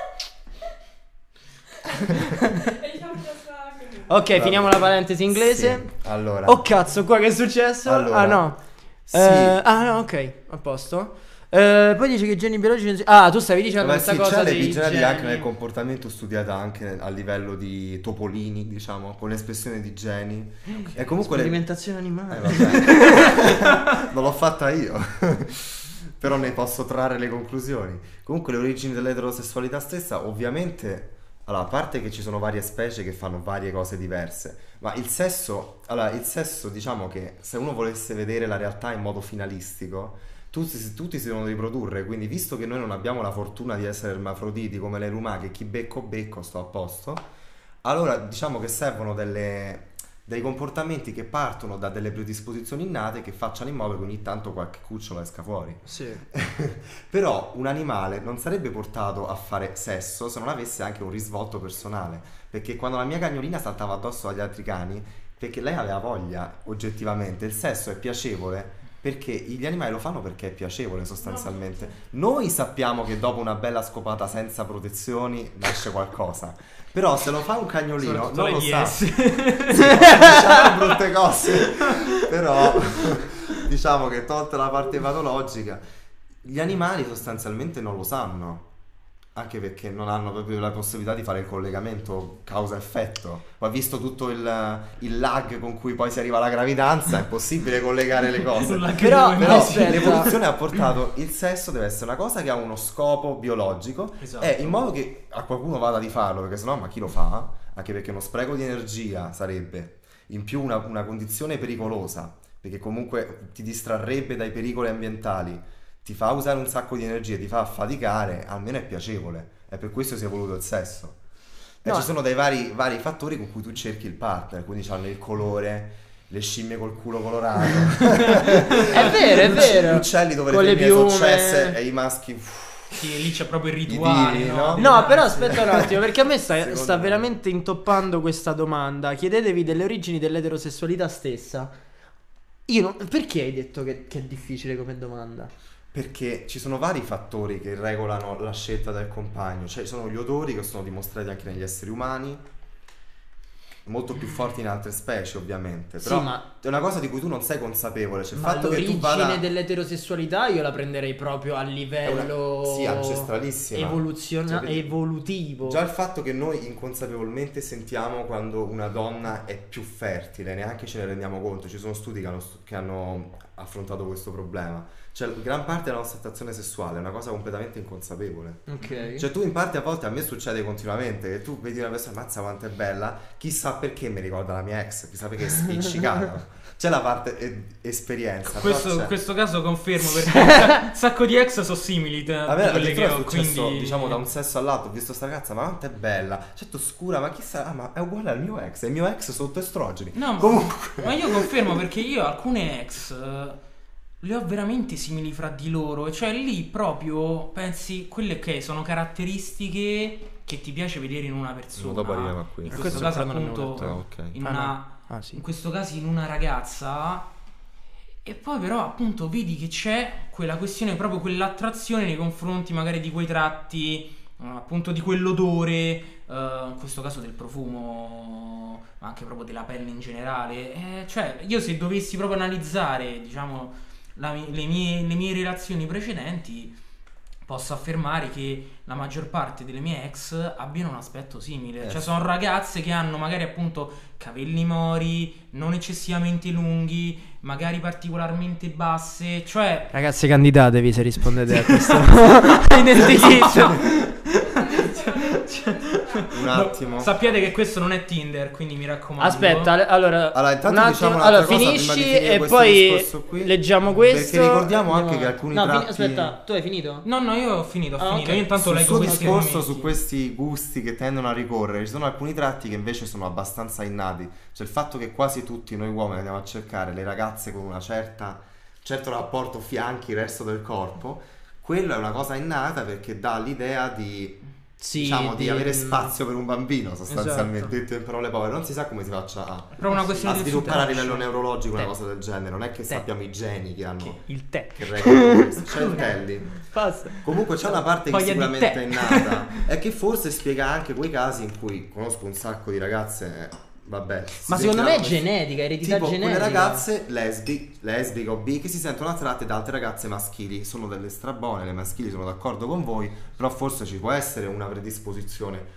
Ich hab das sagen. Ok, Vabbè. finiamo la parentesi inglese. Sì, allora. Oh cazzo, qua che è successo? Allora, ah no. sì. Eh, ah no, ok, a posto. Eh, poi dice che i geni biologici non si- Ah, tu stavi dicendo Vabbè, questa sì, cosa c'è dei l'epigenetica anche geni. nel comportamento studiata anche nel- a livello di topolini, diciamo, con l'espressione di geni. E comunque le... Sperimentazione Eh, animale. vabbè. Non l'ho fatta io. Però ne posso trarre le conclusioni. Comunque le origini dell'eterosessualità stessa, ovviamente, allora, a parte che ci sono varie specie che fanno varie cose diverse, ma il sesso, allora, il sesso, diciamo che se uno volesse vedere la realtà in modo finalistico, tutti, tutti si devono riprodurre, quindi visto che noi non abbiamo la fortuna di essere ermafroditi come le lumache, chi becco becco sto a posto, allora diciamo che servono delle, dei comportamenti che partono da delle predisposizioni innate che facciano in modo che ogni tanto qualche cucciolo esca fuori. Sì. Però un animale non sarebbe portato a fare sesso se non avesse anche un risvolto personale, perché quando la mia cagnolina saltava addosso agli altri cani, perché lei aveva voglia, oggettivamente, il sesso è piacevole perché gli animali lo fanno perché è piacevole sostanzialmente. Noi sappiamo che dopo una bella scopata senza protezioni nasce qualcosa, però se lo fa un cagnolino Soprattutto non lo le sa. yes. Diciamo brutte cose, però diciamo che tolta la parte patologica, gli animali sostanzialmente non lo sanno, anche perché non hanno proprio la possibilità di fare il collegamento causa-effetto. Poi visto tutto il, il lag con cui poi si arriva alla gravidanza, è possibile collegare le cose. Sulla Però- che- Però Aspetta. l'evoluzione ha portato il sesso deve essere una cosa che ha uno scopo biologico, Esatto. e in modo che a qualcuno vada di farlo, perché sennò ma chi lo fa? Anche perché uno spreco di energia sarebbe, in più una, una condizione pericolosa, perché comunque ti distrarrebbe dai pericoli ambientali, ti fa usare un sacco di energia, ti fa affaticare, almeno è piacevole. È per questo si è evoluto il sesso. E No. ci sono dei vari, vari fattori con cui tu cerchi il partner, quindi hanno il colore, le scimmie col culo colorato. È vero, è Gli vero. uccelli dove Con le le femmine sono piume. cesse e i maschi... uff, Sì, lì c'è proprio il rituale, diri, no? no? No, però aspetta un attimo, perché a me sta, Secondo sta me. veramente intoppando questa domanda. Chiedetevi delle origini dell'eterosessualità stessa. Io non- perché hai detto che, che è difficile come domanda? Perché ci sono vari fattori che regolano la scelta del compagno, cioè ci sono gli odori che sono dimostrati anche negli esseri umani, molto più forti in altre specie, ovviamente. Però Sì, ma, è una cosa di cui tu non sei consapevole. Cioè, il ma fatto che tu l'origine vada dell'eterosessualità io la prenderei proprio a livello È una- sì, ancestralissima. evoluziona- Cioè, vedi, evolutivo. già il fatto che noi inconsapevolmente sentiamo quando una donna è più fertile, neanche ce ne rendiamo conto. Ci sono studi che hanno, stu- che hanno affrontato questo problema. Cioè, gran parte della nostra attrazione sessuale è una cosa completamente inconsapevole. Ok. Cioè, tu in parte, a volte, a me succede continuamente che tu vedi una persona, mazza quanto è bella, chissà perché mi ricorda la mia ex, chissà perché è spiccicata. C'è la parte eh, esperienza. però Questo, c'è- in questo caso confermo perché un sa- sacco di ex sono simili te- A di me quelle che addirittura è ho, successo, quindi diciamo, da un sesso all'altro. Ho visto sta ragazza, ma quanto è bella, certo scura, ma chissà, ah, ma è uguale al mio ex, è il mio ex sotto estrogeni. No, ma- Comunque, ma io confermo perché io alcune ex eh, le ho veramente simili fra di loro, e cioè lì proprio pensi quelle che sono caratteristiche che ti piace vedere in una persona. dopo arriviamo a qui. In Questo questo caso ancora non ne ho appunto Ah, ok. in Ah, una no. Ah, sì. in questo caso in una ragazza, e poi però appunto vedi che c'è quella questione, proprio quell'attrazione nei confronti magari di quei tratti, eh, appunto di quell'odore, eh, in questo caso del profumo, ma anche proprio della pelle in generale. Eh, cioè io se dovessi proprio analizzare, diciamo, la mi- le mie, le mie relazioni precedenti, posso affermare che la maggior parte delle mie ex abbiano un aspetto simile. Eh, Cioè sì. sono ragazze che hanno magari appunto capelli mori, non eccessivamente lunghi, magari particolarmente basse. Cioè Ragazze, candidatevi se rispondete a questo identikit. un attimo. sappiate che questo non è Tinder, quindi mi raccomando. Aspetta, le- allora, Allora, intanto un attimo, diciamo un'altra allora cosa prima di finisci finire e questo poi discorso qui, leggiamo questo. perché ricordiamo anche Andiamo che avanti. alcuni no, tratti- aspetta, tu hai finito? No, no, io ho finito, ho Ah, finito. ok. Io intanto Sul leggo suo questi discorso commenti. su questi gusti che tendono a ricorrere, ci sono alcuni tratti che invece sono abbastanza innati. Cioè il fatto che quasi tutti noi uomini andiamo a cercare le ragazze con una certa certo rapporto fianchi resto del corpo, quello è una cosa innata perché dà l'idea di Sì, diciamo di, di- avere spazio per un bambino, sostanzialmente, Esatto. detto in parole povere. Non si sa come si faccia a, È proprio una questione a di sviluppare a subconscio. livello neurologico una Te. cosa del genere. Non è che Te. sappiamo i geni che hanno il tè. che regolano questo. C'è il telly. Basta. Comunque c'è una parte che Voglia di sicuramente tè. è innata e che forse spiega anche quei casi in cui conosco un sacco di ragazze, eh, vabbè, si Ma secondo me è sentivano- genetica, eredità tipo genetica. quelle ragazze lesbi, lesbiche o bi che si sentono attratte da altre ragazze maschili. Sono delle strabone, le maschili, sono d'accordo con voi, però forse ci può essere una predisposizione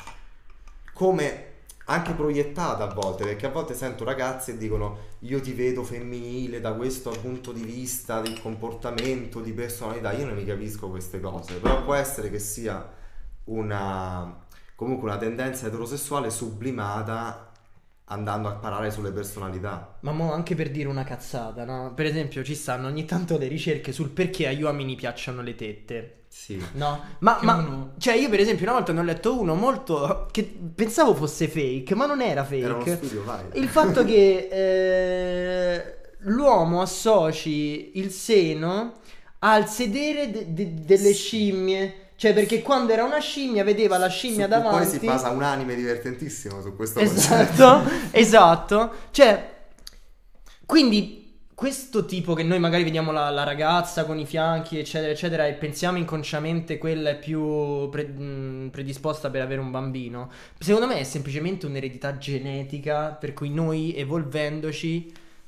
come anche proiettata a volte, perché a volte sento ragazze e dicono io ti vedo femminile da questo punto di vista, di comportamento, di personalità. Io non mi capisco queste cose, però può essere che sia una comunque una tendenza eterosessuale sublimata andando a parare sulle personalità. Ma mo anche per dire una cazzata, no? Per esempio ci stanno ogni tanto le ricerche sul perché agli uomini piacciono le tette. Sì. No, ma, Che ma uno- cioè io per esempio una volta ne ho letto uno molto che pensavo fosse fake, ma non era fake. Era uno studio, vai. Il fatto che eh, l'uomo associ il seno al sedere de- de- delle scimmie. Cioè perché quando era una scimmia vedeva la scimmia Su cui davanti. poi si basa un anime divertentissimo su questo concetto. Esatto, esatto. Cioè, quindi questo tipo che noi magari vediamo la, la ragazza con i fianchi, eccetera, eccetera, e pensiamo inconsciamente quella è più pre- mh, predisposta per avere un bambino, secondo me è semplicemente un'eredità genetica, per cui noi evolvendoci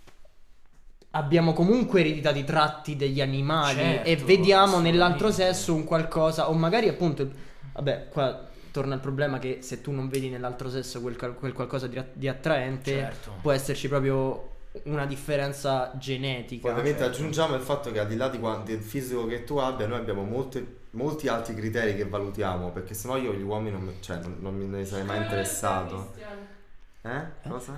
abbiamo comunque ereditato i tratti degli animali Certo, e vediamo nell'altro assolutamente. sesso un qualcosa, o magari appunto, vabbè, qua torna il problema che se tu non vedi nell'altro sesso quel, cal- quel qualcosa di, di attraente, Certo. può esserci proprio una differenza genetica. Poi ovviamente Cioè, aggiungiamo il fatto che al di là di qua- del fisico che tu abbia, noi abbiamo molte- molti altri criteri che valutiamo, perché sennò io gli uomini non, mi- cioè, non, non mi ne sarei mai interessato. Eh? Cosa?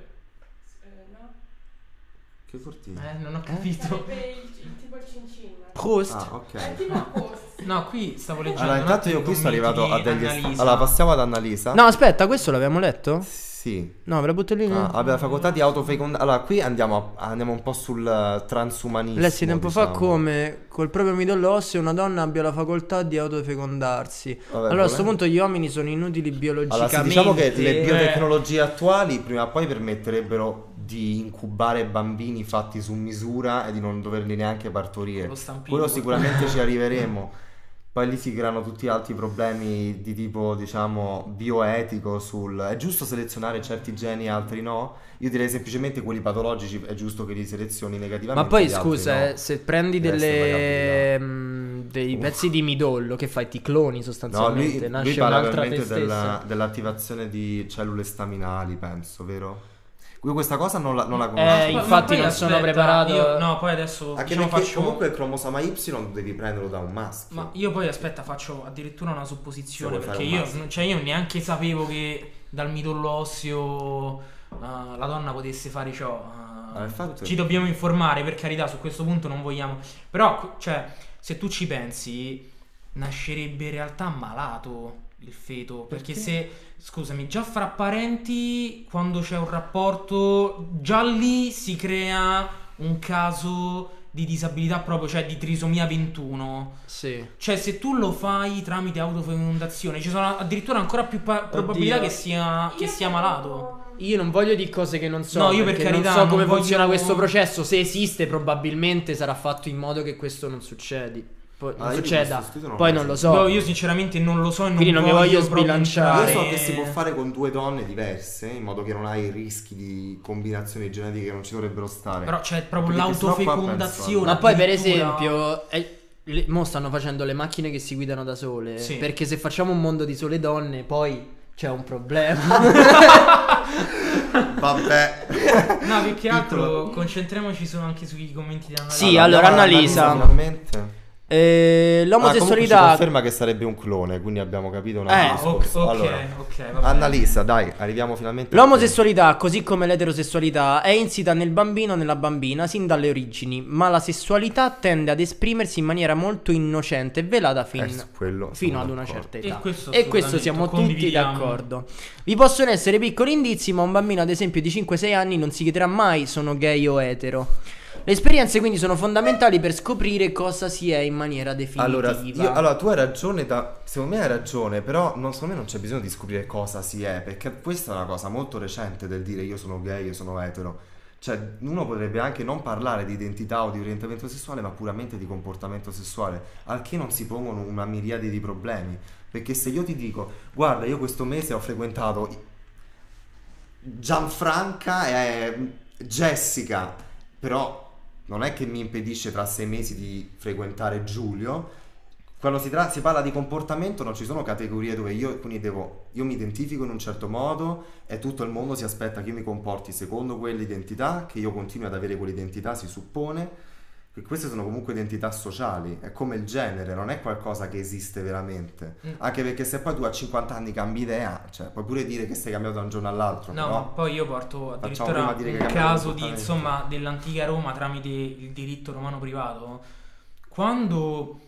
No? Che cortina? Eh, non ho capito. Sarebbe il, il tipo il cincin. Proust. Ah, ok. È tipo post. No, qui stavo leggendo. Allora, un intanto attimo io qui i sono arrivato a commenti degli... di Annalisa. Allora, passiamo ad Annalisa. No, aspetta, questo l'abbiamo letto? Sì. No, ve la butto lì. Ah, vabbè, la facoltà di autofecondare. Allora, qui andiamo, a- andiamo un po' sul eh, transumanismo. Lessi tempo fa diciamo. come col proprio midollo osseo una donna abbia la facoltà di autofecondarsi. Vabbè, allora a questo vabbè. punto gli uomini sono inutili Allora, biologicamente. sì, diciamo che le eh. biotecnologie attuali prima o poi permetterebbero di incubare bambini fatti su misura e di non doverli neanche partorire. Lo stampino. Quello sicuramente ci arriveremo. poi lì si creano tutti altri problemi di tipo, diciamo, bioetico sul è giusto selezionare certi geni e altri no? Io direi semplicemente quelli patologici è giusto che li selezioni negativamente. Ma poi gli altri scusa, no. eh, se prendi Deve essere delle, variabilità. mh, dei Uff. pezzi di midollo, che fai? Ti cloni No, sostanzialmente, lui, nasce lui parla un'altra te veramente stessa. della- dell'attivazione di cellule staminali, penso, vero? Io questa cosa non la, non la conosco. Eh, Ma- infatti ma poi non aspetta, sono preparato. io- no, poi adesso Anche diciamo, perché faccio. comunque il cromosoma Y devi prenderlo da un maschio. Ma io poi aspetta faccio addirittura una Se supposizione, vuoi fare perché un io, maschio. cioè io neanche sapevo che dal midollo osseo uh, la donna potesse fare ciò. uh, Ah, infatti. Ci dobbiamo informare, per carità, su questo punto non vogliamo. Però, cioè, se tu ci pensi, nascerebbe in realtà malato il feto, perché, Perché? se, scusami, già fra parenti, quando c'è un rapporto, già lì si crea un caso di disabilità proprio, cioè di trisomia ventuno. Sì. Cioè, se tu lo fai tramite autofecundazione, ci sono addirittura ancora più pa- probabilità Oddio. che sia, che Io sia credo- malato. Io non voglio dire cose che non so, No, io per perché carità, non so come non voglio- funziona questo processo. Se esiste, probabilmente sarà fatto in modo che questo non succedi. Poi, non Ah, io di succeda. questo studio non Poi lo non so. lo so. Boh, io sinceramente non lo so e non Quindi non mi voglio proprio sbilanciare. Io entrare- so che si può fare con due donne diverse, in modo che non hai rischi di combinazioni genetiche che non ci dovrebbero stare. Però c'è proprio Perché sennò qua l'autofecundazione. Ma poi per addirittura- esempio è- le- mo stanno facendo le macchine che si guidano da sole. Sì. Perché se facciamo un mondo di sole donne, poi c'è un problema. Vabbè. No, più che altro Piccolo. concentriamoci su, anche sui commenti della Sì, allora, andiamo Annalisa. finalmente. Eh, Ah, comunque ci l'omosessualità. conferma che sarebbe un clone, quindi abbiamo capito un Eh, altro Ah, ok, discorso. ok, Allora, ok, va bene. Annalisa, dai, arriviamo finalmente a L'omosessualità, così come l'eterosessualità, è insita nel bambino o nella bambina sin dalle origini, ma la sessualità tende ad esprimersi in maniera molto innocente e velata fin- Eh, su quello fino sono ad una d'accordo. certa E età. questo E questo assolutamente, siamo tutti condividiamo. d'accordo. Vi possono essere piccoli indizi, ma un bambino ad esempio di cinque sei anni non si chiederà mai sono gay o etero. Le esperienze quindi sono fondamentali per scoprire cosa si è in maniera definitiva. Allora, io- allora, tu hai ragione, da, secondo me hai ragione, però non, secondo me non c'è bisogno di scoprire cosa si è, perché questa è una cosa molto recente del dire io sono gay, io sono etero. Cioè, uno potrebbe anche non parlare di identità o di orientamento sessuale, ma puramente di comportamento sessuale, al che non si pongono una miriade di problemi. Perché se io ti dico, guarda, io questo mese ho frequentato Gianfranca e Jessica, però non è che mi impedisce tra sei mesi di frequentare Giulio. Quando si, tra- si parla di comportamento non ci sono categorie dove io, quindi devo, io mi identifico in un certo modo e tutto il mondo si aspetta che io mi comporti secondo quell'identità, che io continui ad avere quell'identità, si suppone. E queste sono comunque identità sociali, è come il genere, non è qualcosa che esiste veramente. Mm. Anche perché se poi tu a cinquanta anni cambi idea, cioè puoi pure dire che stai cambiato da un giorno all'altro. No, però... ma poi io porto Facciamo addirittura prima dire che un cambiamo caso di, comportamento. insomma, dell'antica Roma tramite il diritto romano privato. Quando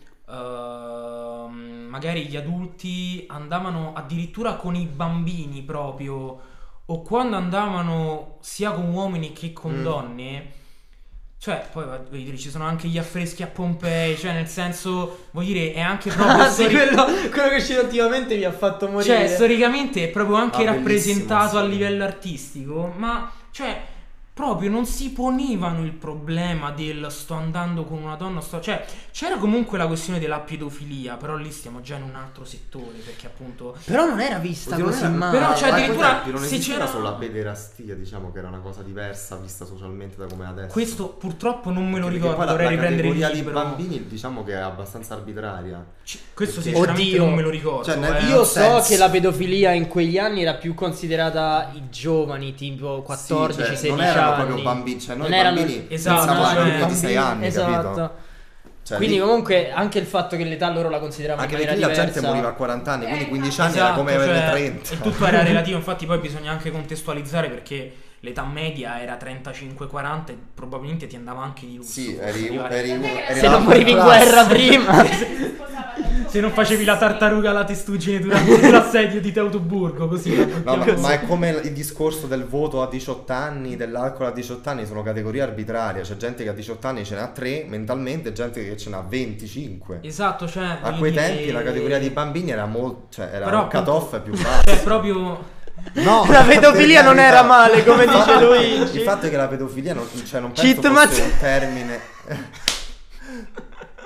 ehm, magari gli adulti andavano addirittura con i bambini proprio, o quando andavano sia con uomini che con Mm. donne. Cioè, poi voglio dire, ci sono anche gli affreschi a Pompei, cioè nel senso, voglio dire, è anche proprio Ah, sì, stori- quello, quello che è uscito ultimamente mi ha fatto morire. cioè, storicamente è proprio anche Ah, rappresentato bellissimo, a sì. livello artistico, ma cioè proprio non si ponevano il problema del sto andando con una donna, sto... cioè c'era comunque la questione della pedofilia, però lì stiamo già in un altro settore, perché appunto Però non era vista Oddio, non così era- male. Però, cioè, a quei addirittura tempi non se esisteva c'era- solo la pederastia, diciamo che era una cosa diversa vista socialmente da come è adesso. questo purtroppo non me lo Perché ricordo, poi la- dovrei la riprendere il categoria libro. di bambini diciamo che è abbastanza arbitraria. C- questo Perché- sinceramente Oddio. non me lo ricordo. Cioè, nel- eh. Io nel so senso- che la pedofilia in quegli anni era più considerata i giovani, tipo quattordici Sì, cioè, sedici non erano anni. proprio bambini, cioè noi Non erano- bambini Esatto, siamo cioè, bambini di bambini, sei anni, esatto. capito? Cioè, Quindi lì- comunque anche il fatto che l'età loro la consideravano anche in perché maniera lì la gente diversa. moriva a quaranta anni, quindi Eh, quindici anni era Esatto, come avere cioè, trenta. e tutto era relativo, infatti poi bisogna anche contestualizzare perché l'età media era trentacinque quaranta e probabilmente ti andava anche di lusso. Sì, forse eri, arrivare- eri, eri Se non l'altra morivi in classe. guerra prima. Se non facevi la tartaruga alla testuggine durante l'assedio di Teutoburgo, così. No, ma, ma è come il discorso del voto a diciotto anni, dell'alcol a diciotto anni, sono categorie arbitrarie. C'è gente che a diciotto anni ce n'ha tre mentalmente, gente che ce n'ha venticinque. Esatto, cioè A voglio quei dire- tempi la categoria di bambini era molto, cioè era Però un cut-off appunto- più basso. Cioè proprio No, La pedofilia per non era carità. male, come Il dice fatto- Luigi. Il fatto è che la pedofilia non, cioè, non Cheat penso fosse match. un termine.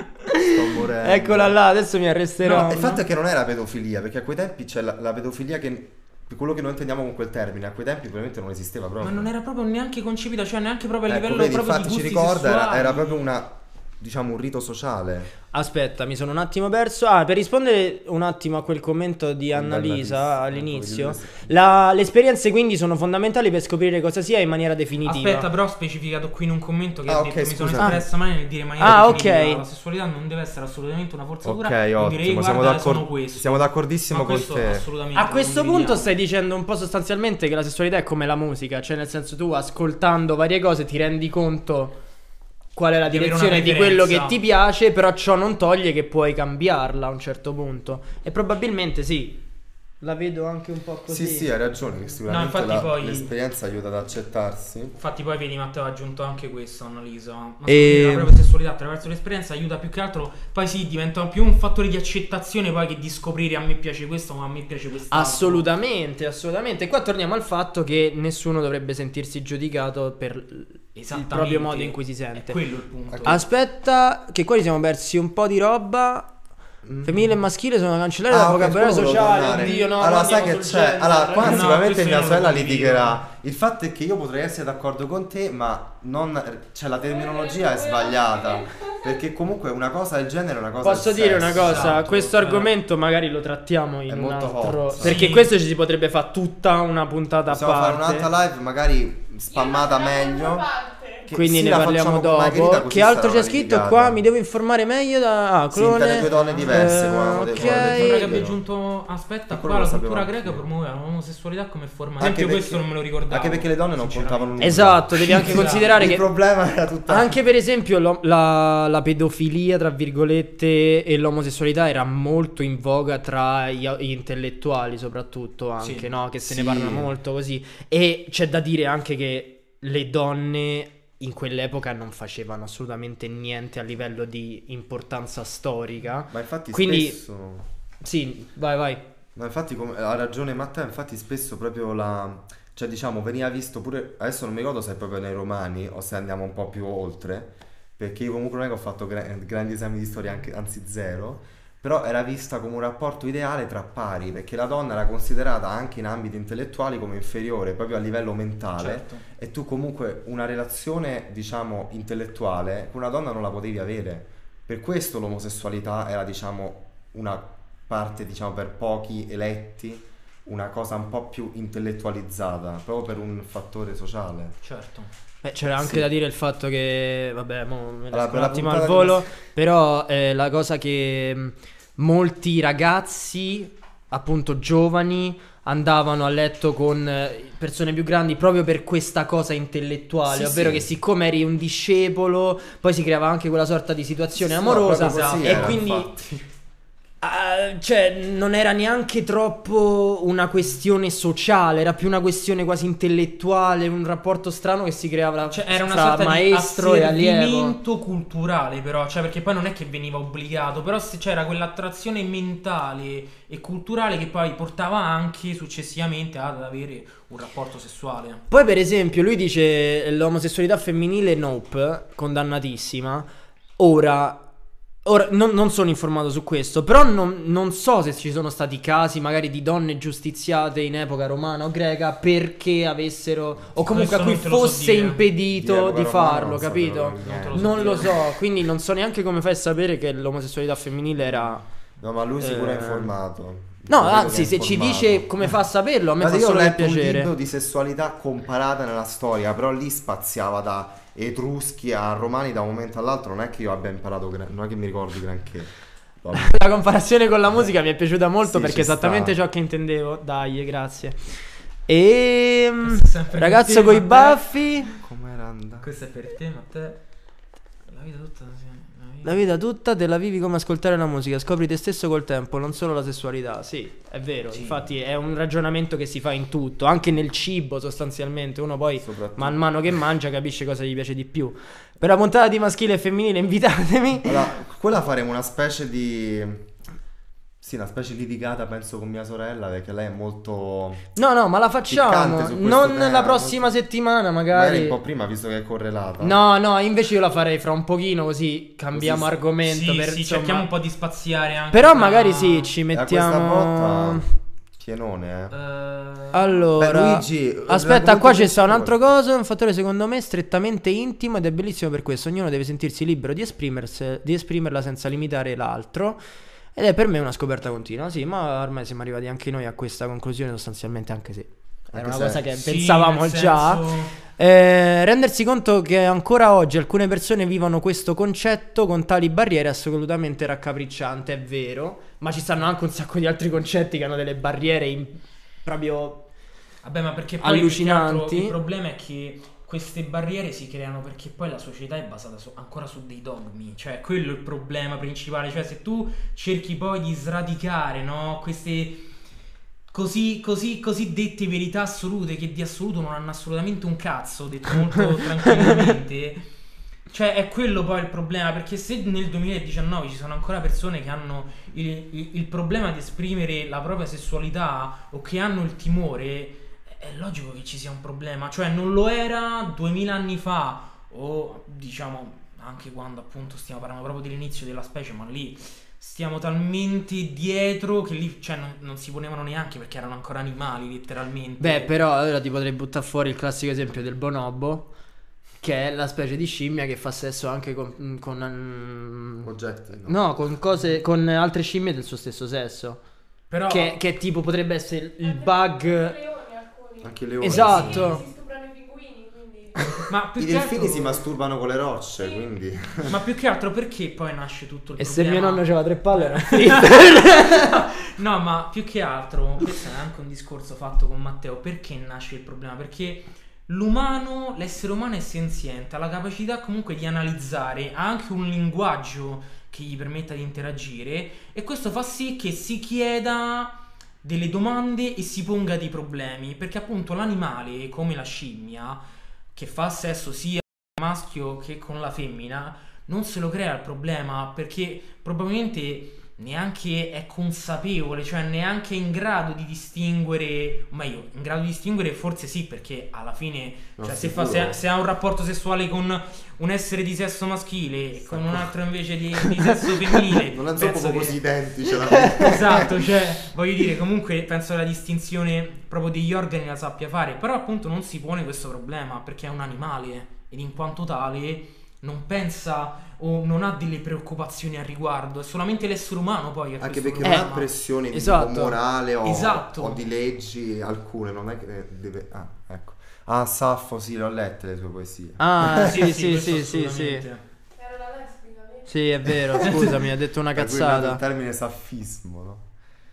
Sto morendo. Eccola là, adesso mi arresterò. No, il fatto è che non era pedofilia, perché a quei tempi c'è la, la pedofilia che... quello che noi intendiamo con quel termine, a quei tempi probabilmente non esisteva proprio. Ma non era proprio neanche concepita, cioè neanche proprio a Ecco, livello vedi, proprio infatti di ci gusti ricorda, era, sessuali. era proprio una, diciamo, un rito sociale. Aspetta, mi sono un attimo perso. Ah, per rispondere un attimo a quel commento di Annalisa Annalisa, all'inizio, ecco, vedi, la- le esperienze quindi sono fondamentali per scoprire cosa sia in maniera definitiva. Aspetta, però ho specificato qui in un commento che Ah, ha ok, detto mi sono scusa. espressa male nel dire in maniera Ah, definitiva. ok. La sessualità non deve essere assolutamente una forzatura. Ok, non direi ottimo, siamo, guarda, d'accor- sono questo. siamo d'accordissimo Ma con questo te. assolutamente A questo condividiamo. punto stai dicendo un po' sostanzialmente che la sessualità è come la musica, cioè nel senso tu ascoltando varie cose ti rendi conto qual è la Di avere direzione una di quello che preferenza. ti piace, però ciò non toglie che puoi cambiarla a un certo punto. E probabilmente sì, la vedo anche un po' così. Sì, sì, hai ragione, che sicuramente infatti la- poi- l'esperienza aiuta ad accettarsi. Infatti poi vedi Matteo ha aggiunto anche questo, Annalisa. Ma E- scoprire la propria sessualità attraverso l'esperienza aiuta più che altro. Poi sì, diventa più un fattore di accettazione poi che di scoprire a me piace questo, ma a me piace quest'altro. Assolutamente, assolutamente. E qua torniamo al fatto che nessuno dovrebbe sentirsi giudicato per il Esattamente. proprio modo in cui si È sente. quello il punto. Aspetta, che qua ci siamo persi un po' di roba. Femminile e maschile sono cancellate dal ok, vocabolario quello volevo sociale. tornare. Oddio, no, allora no, sai andiamo che sul c'è? gender. Allora, qua No, sicuramente questo io mia non lo sorella condivido. litigherà. Il fatto è che io potrei essere d'accordo con te, ma non, cioè la terminologia è sbagliata. Perché comunque una cosa del genere è una cosa Posso del dire una sesso. cosa? esatto, Questo cioè- argomento magari lo trattiamo in È un molto altro. hot. Perché Sì. questo ci si potrebbe fare tutta una puntata a Possiamo fare parte. un'altra live magari spammata meglio. Che Quindi sì, ne la parliamo facciamo con Margherita, dopo. così Che altro sarà c'è una scritto litigata. qua? Mi devo informare meglio da. Ah, Sì, clone. intende due donne diverse, Eh, come avevamo detto, ok. come avevamo Sembra che detto. abbia aggiunto. Aspetta, E quello qua lo la sapevo cultura anche greca io. promuoveva l'omosessualità come forma. Ad Anche esempio, perché- questo non me lo ricordavo. Anche perché le donne non contavano nulla. Esatto, devi anche Esatto. considerare Il che. problema era tutta Anche per esempio lo- la, la pedofilia, tra virgolette, e l'omosessualità era molto in voga tra gli, gli intellettuali, soprattutto anche, Sì. no? Che se ne Sì. parla molto così. E c'è da dire anche che le donne in quell'epoca non facevano assolutamente niente a livello di importanza storica. Ma infatti Quindi- spesso Sì, vai, vai. Ma infatti come, ha ragione Matteo, infatti spesso proprio la... Cioè diciamo veniva visto pure... Adesso non mi ricordo se è proprio nei Romani o se andiamo un po' più oltre, perché io comunque non è che ho fatto gra- grandi esami di storia, anche, anzi zero, però era vista come un rapporto ideale tra pari, perché la donna era considerata anche in ambiti intellettuali come inferiore, proprio a livello mentale, Certo. e tu comunque una relazione, diciamo, intellettuale con una donna non la potevi avere. Per questo l'omosessualità era, diciamo, una parte, diciamo, per pochi eletti, una cosa un po' più intellettualizzata, proprio per un fattore sociale. Certo. Beh, c'era anche Sì. da dire il fatto che, vabbè, mo me ne Allora, esco per un la attimo al puntata di volo, mas- però eh, la cosa che mh, molti ragazzi, appunto giovani, andavano a letto con eh, persone più grandi proprio per questa cosa intellettuale, Sì, ovvero sì. che siccome eri un discepolo, poi si creava anche quella sorta di situazione Sì, amorosa, no, proprio così e era, quindi... infatti. Ah, cioè, non era neanche troppo una questione sociale, era più una questione quasi intellettuale, un rapporto strano che si creava Cioè, era una tra sorta maestro di e allievo. asservimento culturale, però, cioè, perché poi non è che veniva obbligato, però se c'era quell'attrazione mentale e culturale che poi portava anche successivamente ad avere un rapporto sessuale. Poi, per esempio, lui dice l'omosessualità femminile, nope, condannatissima. Ora. Ora, non, non sono informato su questo, però non, non so se ci sono stati casi magari di donne giustiziate in epoca romana o greca perché avessero, o comunque a Questo cui non te lo so fosse dire. Di impedito epoca di romana farlo, non capito? sapevo Non te niente. lo so Non dire. lo so, quindi non so neanche come fai a sapere che l'omosessualità femminile era... No, ma lui sicuro è Eh, informato. No, Credo anzi, che se è ci informato. dice come fa a saperlo, a me Ma fa io ho solo del letto un libro piacere. di sessualità comparata nella storia, però lì spaziava da Etruschi a Romani da un momento all'altro, non è che io abbia imparato, gran- non è che mi ricordi granché. Vabbè. La comparazione con la musica mi è piaciuta molto Sì, perché ci è esattamente sta. ciò che intendevo. Dai, grazie. E Questo è sempre ragazzo per te, coi Matteo. baffi. Com'era andata? Questo è per te, Matteo. La vita tutta. sì, la vita- La vita tutta te la vivi come ascoltare la musica, scopri te stesso col tempo, non solo la sessualità. Sì, è vero, Sì. infatti è un ragionamento che si fa in tutto, anche nel cibo sostanzialmente. Uno poi Soprattutto. man mano che mangia capisce cosa gli piace di più. Per la puntata di maschile e femminile invitatemi. Allora, quella faremo una specie di... Sì, una specie di litigata penso con mia sorella perché lei è molto... No, no, ma la facciamo. Piccante su questo Non tema, la prossima molto- settimana, Magari magari. un po' prima visto che è correlata. No, no, invece io la farei fra un pochino così cambiamo Così- argomento. Sì, per, sì, insomma- cerchiamo un po' di spaziare anche. Però tra- magari sì, ci E a questa mettiamo. volta pienone, eh. Eh, Allora, Beh, Luigi, aspetta, l'argomento qua c'è sta un principale. altro coso, è un fattore secondo me strettamente intimo ed è bellissimo per questo. Ognuno deve sentirsi libero di esprimersi, di esprimerla senza limitare l'altro. Ed è per me una scoperta continua, sì, ma ormai siamo arrivati anche noi a questa conclusione sostanzialmente, anche se era Anche una se- cosa che sì, pensavamo nel già. senso- Eh, rendersi conto che ancora oggi alcune persone vivono questo concetto con tali barriere è assolutamente raccapricciante, è vero, ma ci stanno anche un sacco di altri concetti che hanno delle barriere in- proprio... Vabbè, ma perché poi allucinanti. più che altro il problema è che queste barriere si creano perché poi la società è basata su- ancora su dei dogmi, cioè quello è il problema principale, cioè se tu cerchi poi di sradicare, no, queste così, così, cosiddette verità assolute che di assoluto non hanno assolutamente un cazzo, detto molto tranquillamente, cioè è quello poi il problema, perché se nel duemiladiciannove ci sono ancora persone che hanno il, il- il problema di esprimere la propria sessualità o che hanno il timore, è logico che ci sia un problema, cioè non lo era duemila anni fa o diciamo anche quando appunto stiamo parlando proprio dell'inizio della specie, ma lì stiamo talmente dietro che lì cioè non, non si ponevano neanche perché erano ancora animali letteralmente. Beh, però allora ti potrei buttare fuori il classico esempio del bonobo, che è la specie di scimmia che fa sesso anche con... con mm, Oggetti, no? no, con cose, con altre scimmie del suo stesso sesso. Però Che, che tipo potrebbe essere il Anche bug... leoni, alcuni. Anche le ore. Esatto. Si stuprano i pinguini, quindi... ma più I che delfini altro, si masturbano con le rocce, quindi... ma più che altro perché poi nasce tutto il E se mio problema? nonno aveva tre palle era No, ma più che altro, questo è anche un discorso fatto con Matteo, perché nasce il problema? Perché l'umano, l'essere umano è senziente, ha la capacità comunque di analizzare, ha anche un linguaggio che gli permetta di interagire e questo fa sì che si chieda delle domande e si ponga dei problemi, perché appunto l'animale, come la scimmia, che fa sesso sia con il maschio che con la femmina, non se lo crea il problema, perché probabilmente neanche è consapevole, cioè neanche è in grado di distinguere, o meglio, in grado di distinguere forse sì, perché alla fine, No, cioè, se, fa, sicuro. se, se ha un rapporto sessuale con un essere di sesso maschile e con un altro invece di, di sesso femminile, Non sono penso proprio che- così identici alla fine. Esatto, cioè voglio dire, comunque penso la distinzione proprio degli organi la sappia fare, però appunto non si pone questo problema perché è un animale ed in quanto tale non pensa o non ha delle preoccupazioni al riguardo, è solamente l'essere umano poi che ha Anche questo perché non ha problema. pressioni di esatto. tipo morale o, Esatto. o di leggi, alcune, non è che deve... Ah, ecco. Ah, Saffo, sì, le ho lette le sue poesie. Ah, sì, sì, questo sì, sì, sì. assolutamente. Era la lesbica, vedi? Sì, è vero, scusami, ha detto una Per cui è nato il cazzata. termine saffismo, no?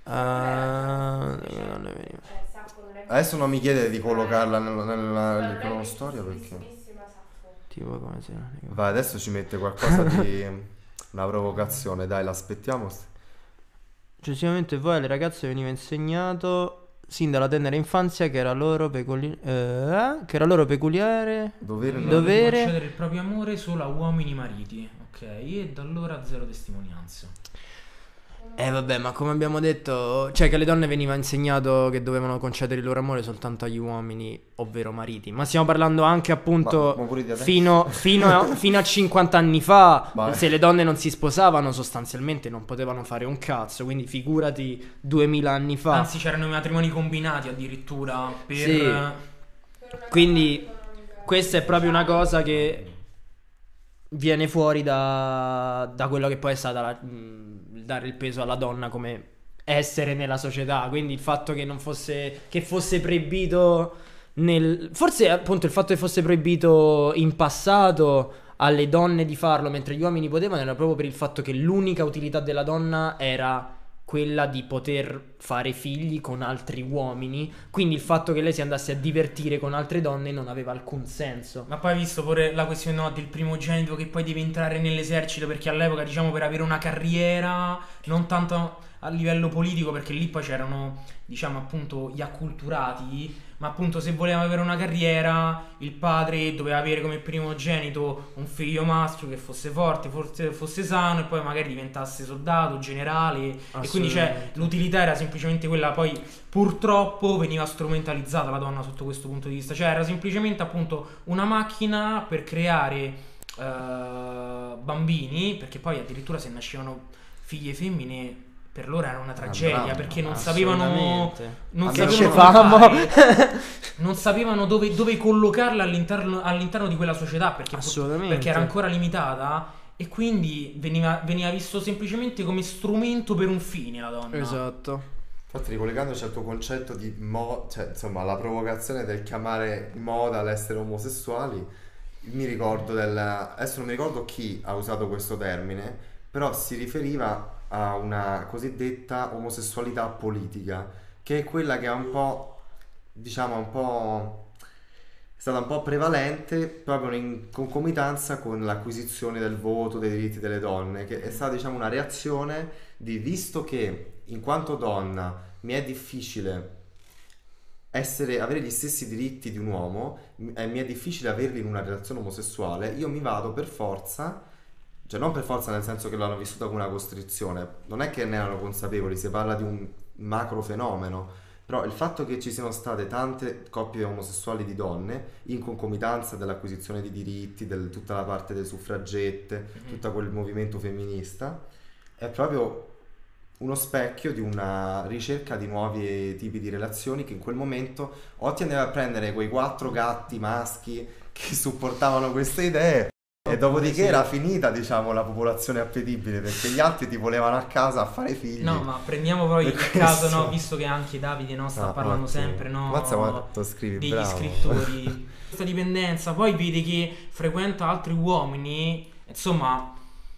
Ah, Eh, Saffo non è... Adesso non mi chiede di collocarla nella, Ma nella, non nel è cronostoria perché... vicissimissima Saffo. tipo come se... Vai, adesso ci mette qualcosa di... una provocazione, dai, l'aspettiamo. Successivamente poi alle ragazze veniva insegnato sin dalla tenera infanzia che era loro, peculi- eh, che era loro peculiare. Dovere... Di Dovere- concedere il proprio amore solo a uomini mariti, ok? E da allora zero testimonianze. Eh vabbè, ma come abbiamo detto, cioè che alle donne veniva insegnato che dovevano concedere il loro amore soltanto agli uomini, ovvero mariti. Ma stiamo parlando anche appunto Ma- ma pure di adesso. fino, fino, a, fino a cinquanta anni fa, Vai. se le donne non si sposavano sostanzialmente non potevano fare un cazzo, quindi figurati duemila anni fa. Anzi, c'erano i matrimoni combinati addirittura per... Sì. Per una Quindi cosa economica. questa è proprio una cosa che viene fuori da, da quello che poi è stata la- mh, il dare il peso alla donna come essere nella società. Quindi il fatto che non fosse che fosse proibito nel forse appunto il fatto che fosse proibito in passato alle donne di farlo mentre gli uomini potevano era proprio per il fatto che l'unica utilità della donna era quella di poter fare figli con altri uomini, quindi il fatto che lei si andasse a divertire con altre donne non aveva alcun senso. Ma poi hai visto pure la questione, no, del primogenito che poi deve entrare nell'esercito, perché all'epoca, diciamo, per avere una carriera, non tanto a livello politico, perché lì poi c'erano, diciamo, appunto gli acculturati, ma appunto se voleva avere una carriera il padre doveva avere come primogenito un figlio maschio che fosse forte, forse fosse sano, e poi magari diventasse soldato, generale, e quindi cioè l'utilità era semplicemente quella. Poi purtroppo veniva strumentalizzata la donna sotto questo punto di vista, cioè era semplicemente appunto una macchina per creare uh, bambini, perché poi addirittura se nascevano figlie femmine per loro era una tragedia, bravo, perché non sapevano non A me sapevano, facevamo. come fare, non sapevano dove, dove collocarla all'interno, all'interno di quella società, perché, Assolutamente. perché era ancora limitata, e quindi veniva, veniva visto semplicemente come strumento per un fine la donna. Esatto. Infatti, ricollegandoci al tuo concetto di mo- cioè insomma la provocazione del chiamare moda l'essere omosessuali, mi ricordo del, adesso non mi ricordo chi ha usato questo termine, però si riferiva a una cosiddetta omosessualità politica, che è quella che è un po', diciamo, un po' è stata un po' prevalente proprio in concomitanza con l'acquisizione del voto, dei diritti delle donne, che è stata, diciamo, una reazione di, visto che in quanto donna mi è difficile essere, avere gli stessi diritti di un uomo, e mi è difficile averli in una relazione omosessuale, io mi vado per forza. Cioè non per forza nel senso che l'hanno vissuta come una costrizione, non è che ne erano consapevoli, si parla di un macro fenomeno, però il fatto che ci siano state tante coppie omosessuali di donne in concomitanza dell'acquisizione di diritti, del, tutta la parte delle suffragette, mm-hmm. tutto quel movimento femminista, è proprio uno specchio di una ricerca di nuovi tipi di relazioni che in quel momento o ti andava a prendere quei quattro gatti maschi che supportavano queste idee, e dopodiché era finita, diciamo, la popolazione appetibile, perché gli altri ti volevano a casa a fare figli. No, ma prendiamo poi il questo... caso, no, visto che anche Davide, no, sta ah, parlando ottimo. sempre, no, Mazza quanto scrivi, degli bravo. scrittori. Questa dipendenza, poi vede che frequenta altri uomini, insomma,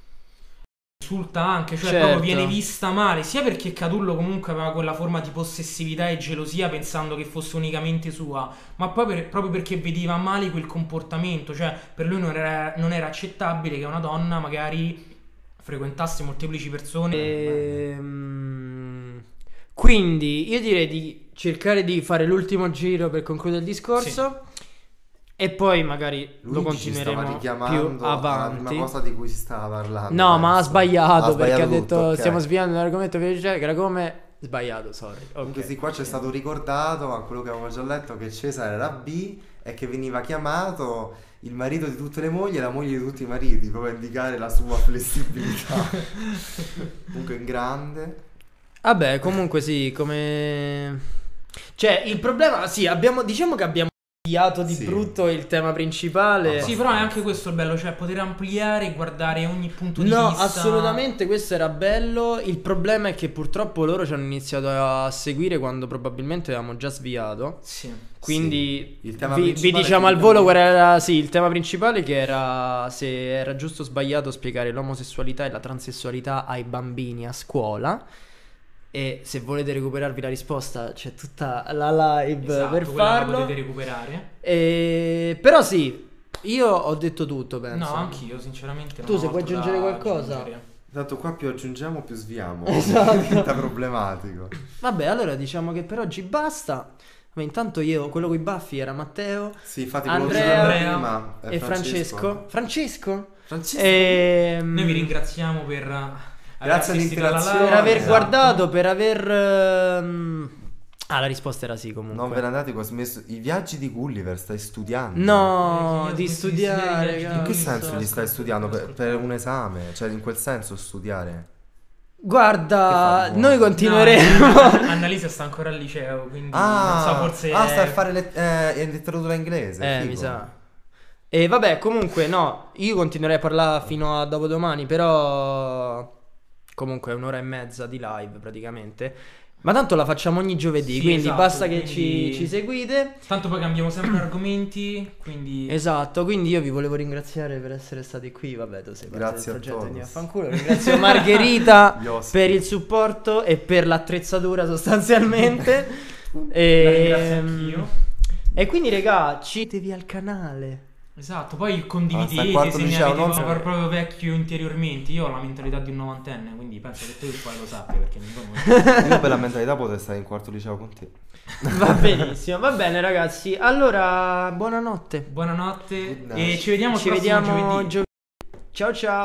insulta anche, cioè certo. proprio viene vista male, sia perché Catullo comunque aveva quella forma di possessività e gelosia pensando che fosse unicamente sua, ma poi per, proprio perché vedeva male quel comportamento, cioè per lui non era, non era accettabile che una donna magari frequentasse molteplici persone. Ehm, quindi io direi di cercare di fare l'ultimo giro per concludere il discorso. Sì. E poi magari Luigi lo continueremo più avanti. La prima cosa di cui si stava parlando. No, ma ha sbagliato, ha perché sbagliato ha detto tutto, okay. Stiamo sviando dall'argomento che era come sbagliato, sorry. Okay. Comunque sì, qua c'è stato ricordato, ma quello che avevamo già letto, che Cesare era B e che veniva chiamato il marito di tutte le mogli e la moglie di tutti i mariti, proprio a indicare la sua flessibilità. Comunque in grande. Vabbè, comunque sì, come... Cioè, il problema, sì, abbiamo, diciamo che abbiamo ampliato di sì. brutto il tema principale. Sì, però è anche questo il bello, cioè poter ampliare e guardare ogni punto di no, vista. No, assolutamente questo era bello. Il problema è che purtroppo loro ci hanno iniziato a seguire quando probabilmente avevamo già sviato. Sì. Quindi sì. Il tema vi, vi diciamo al volo qual era, sì, il tema principale, che era se era giusto o sbagliato spiegare l'omosessualità e la transessualità ai bambini a scuola. E se volete recuperarvi la risposta c'è tutta la live, esatto, per quella farlo. la potete recuperare. E... Però sì, io ho detto tutto, penso. No, anch'io sinceramente non Tu ho se vuoi altro aggiungere da qualcosa aggiungere. Tanto qua più aggiungiamo più sviamo. Esatto. Diventa problematico. Vabbè, allora diciamo che per oggi basta. Ma intanto io, quello con i baffi era Matteo. Sì, infatti Andrea prima e Francesco. Francesco? Francesco. E... Noi vi ringraziamo per Grazie all'interazione. Per aver esatto. guardato, per aver... Um... Ah, la risposta era sì, comunque. Non ve ne andate, che ho smesso. I viaggi di Gulliver stai studiando? No, Eh, di io ho studiare. smesso di In che Cazzo, senso li stai studiando? Per, per un esame? Cioè, in quel senso studiare? Guarda, Che fa, noi No, continueremo. Annalisa sta ancora al liceo, quindi Ah, non so, forse ah è- stai a fare le- eh, letteratura inglese. Eh, figo. mi sa. E vabbè, comunque, no, io continuerei a parlare fino a dopodomani, però comunque è un'ora e mezza di live praticamente. Ma tanto la facciamo ogni giovedì, Sì, quindi esatto, basta che quindi- ci, ci seguite. Tanto poi cambiamo sempre argomenti, quindi... Esatto, quindi io vi volevo ringraziare per essere stati qui. Vabbè, tu sei parte Grazie del a progetto, todos. quindi affanculo. Ringrazio Margherita Gli ospiti. per il supporto e per l'attrezzatura sostanzialmente. La e, ringrazio anch'io. e quindi, regà, citevi al canale. Esatto, poi Ah, sta condividete al quarto se ne liceo, avete non- proprio, proprio vecchio interiormente. Io ho la mentalità di un novantenne, quindi penso che tu poi lo sappia perché mi sono... Io per la mentalità potrei stare in quarto liceo con te. Va benissimo, va bene ragazzi. Allora, buonanotte. Buonanotte Good e night. ci vediamo il Ci prossimo vediamo giovedì. giovedì. Ciao ciao.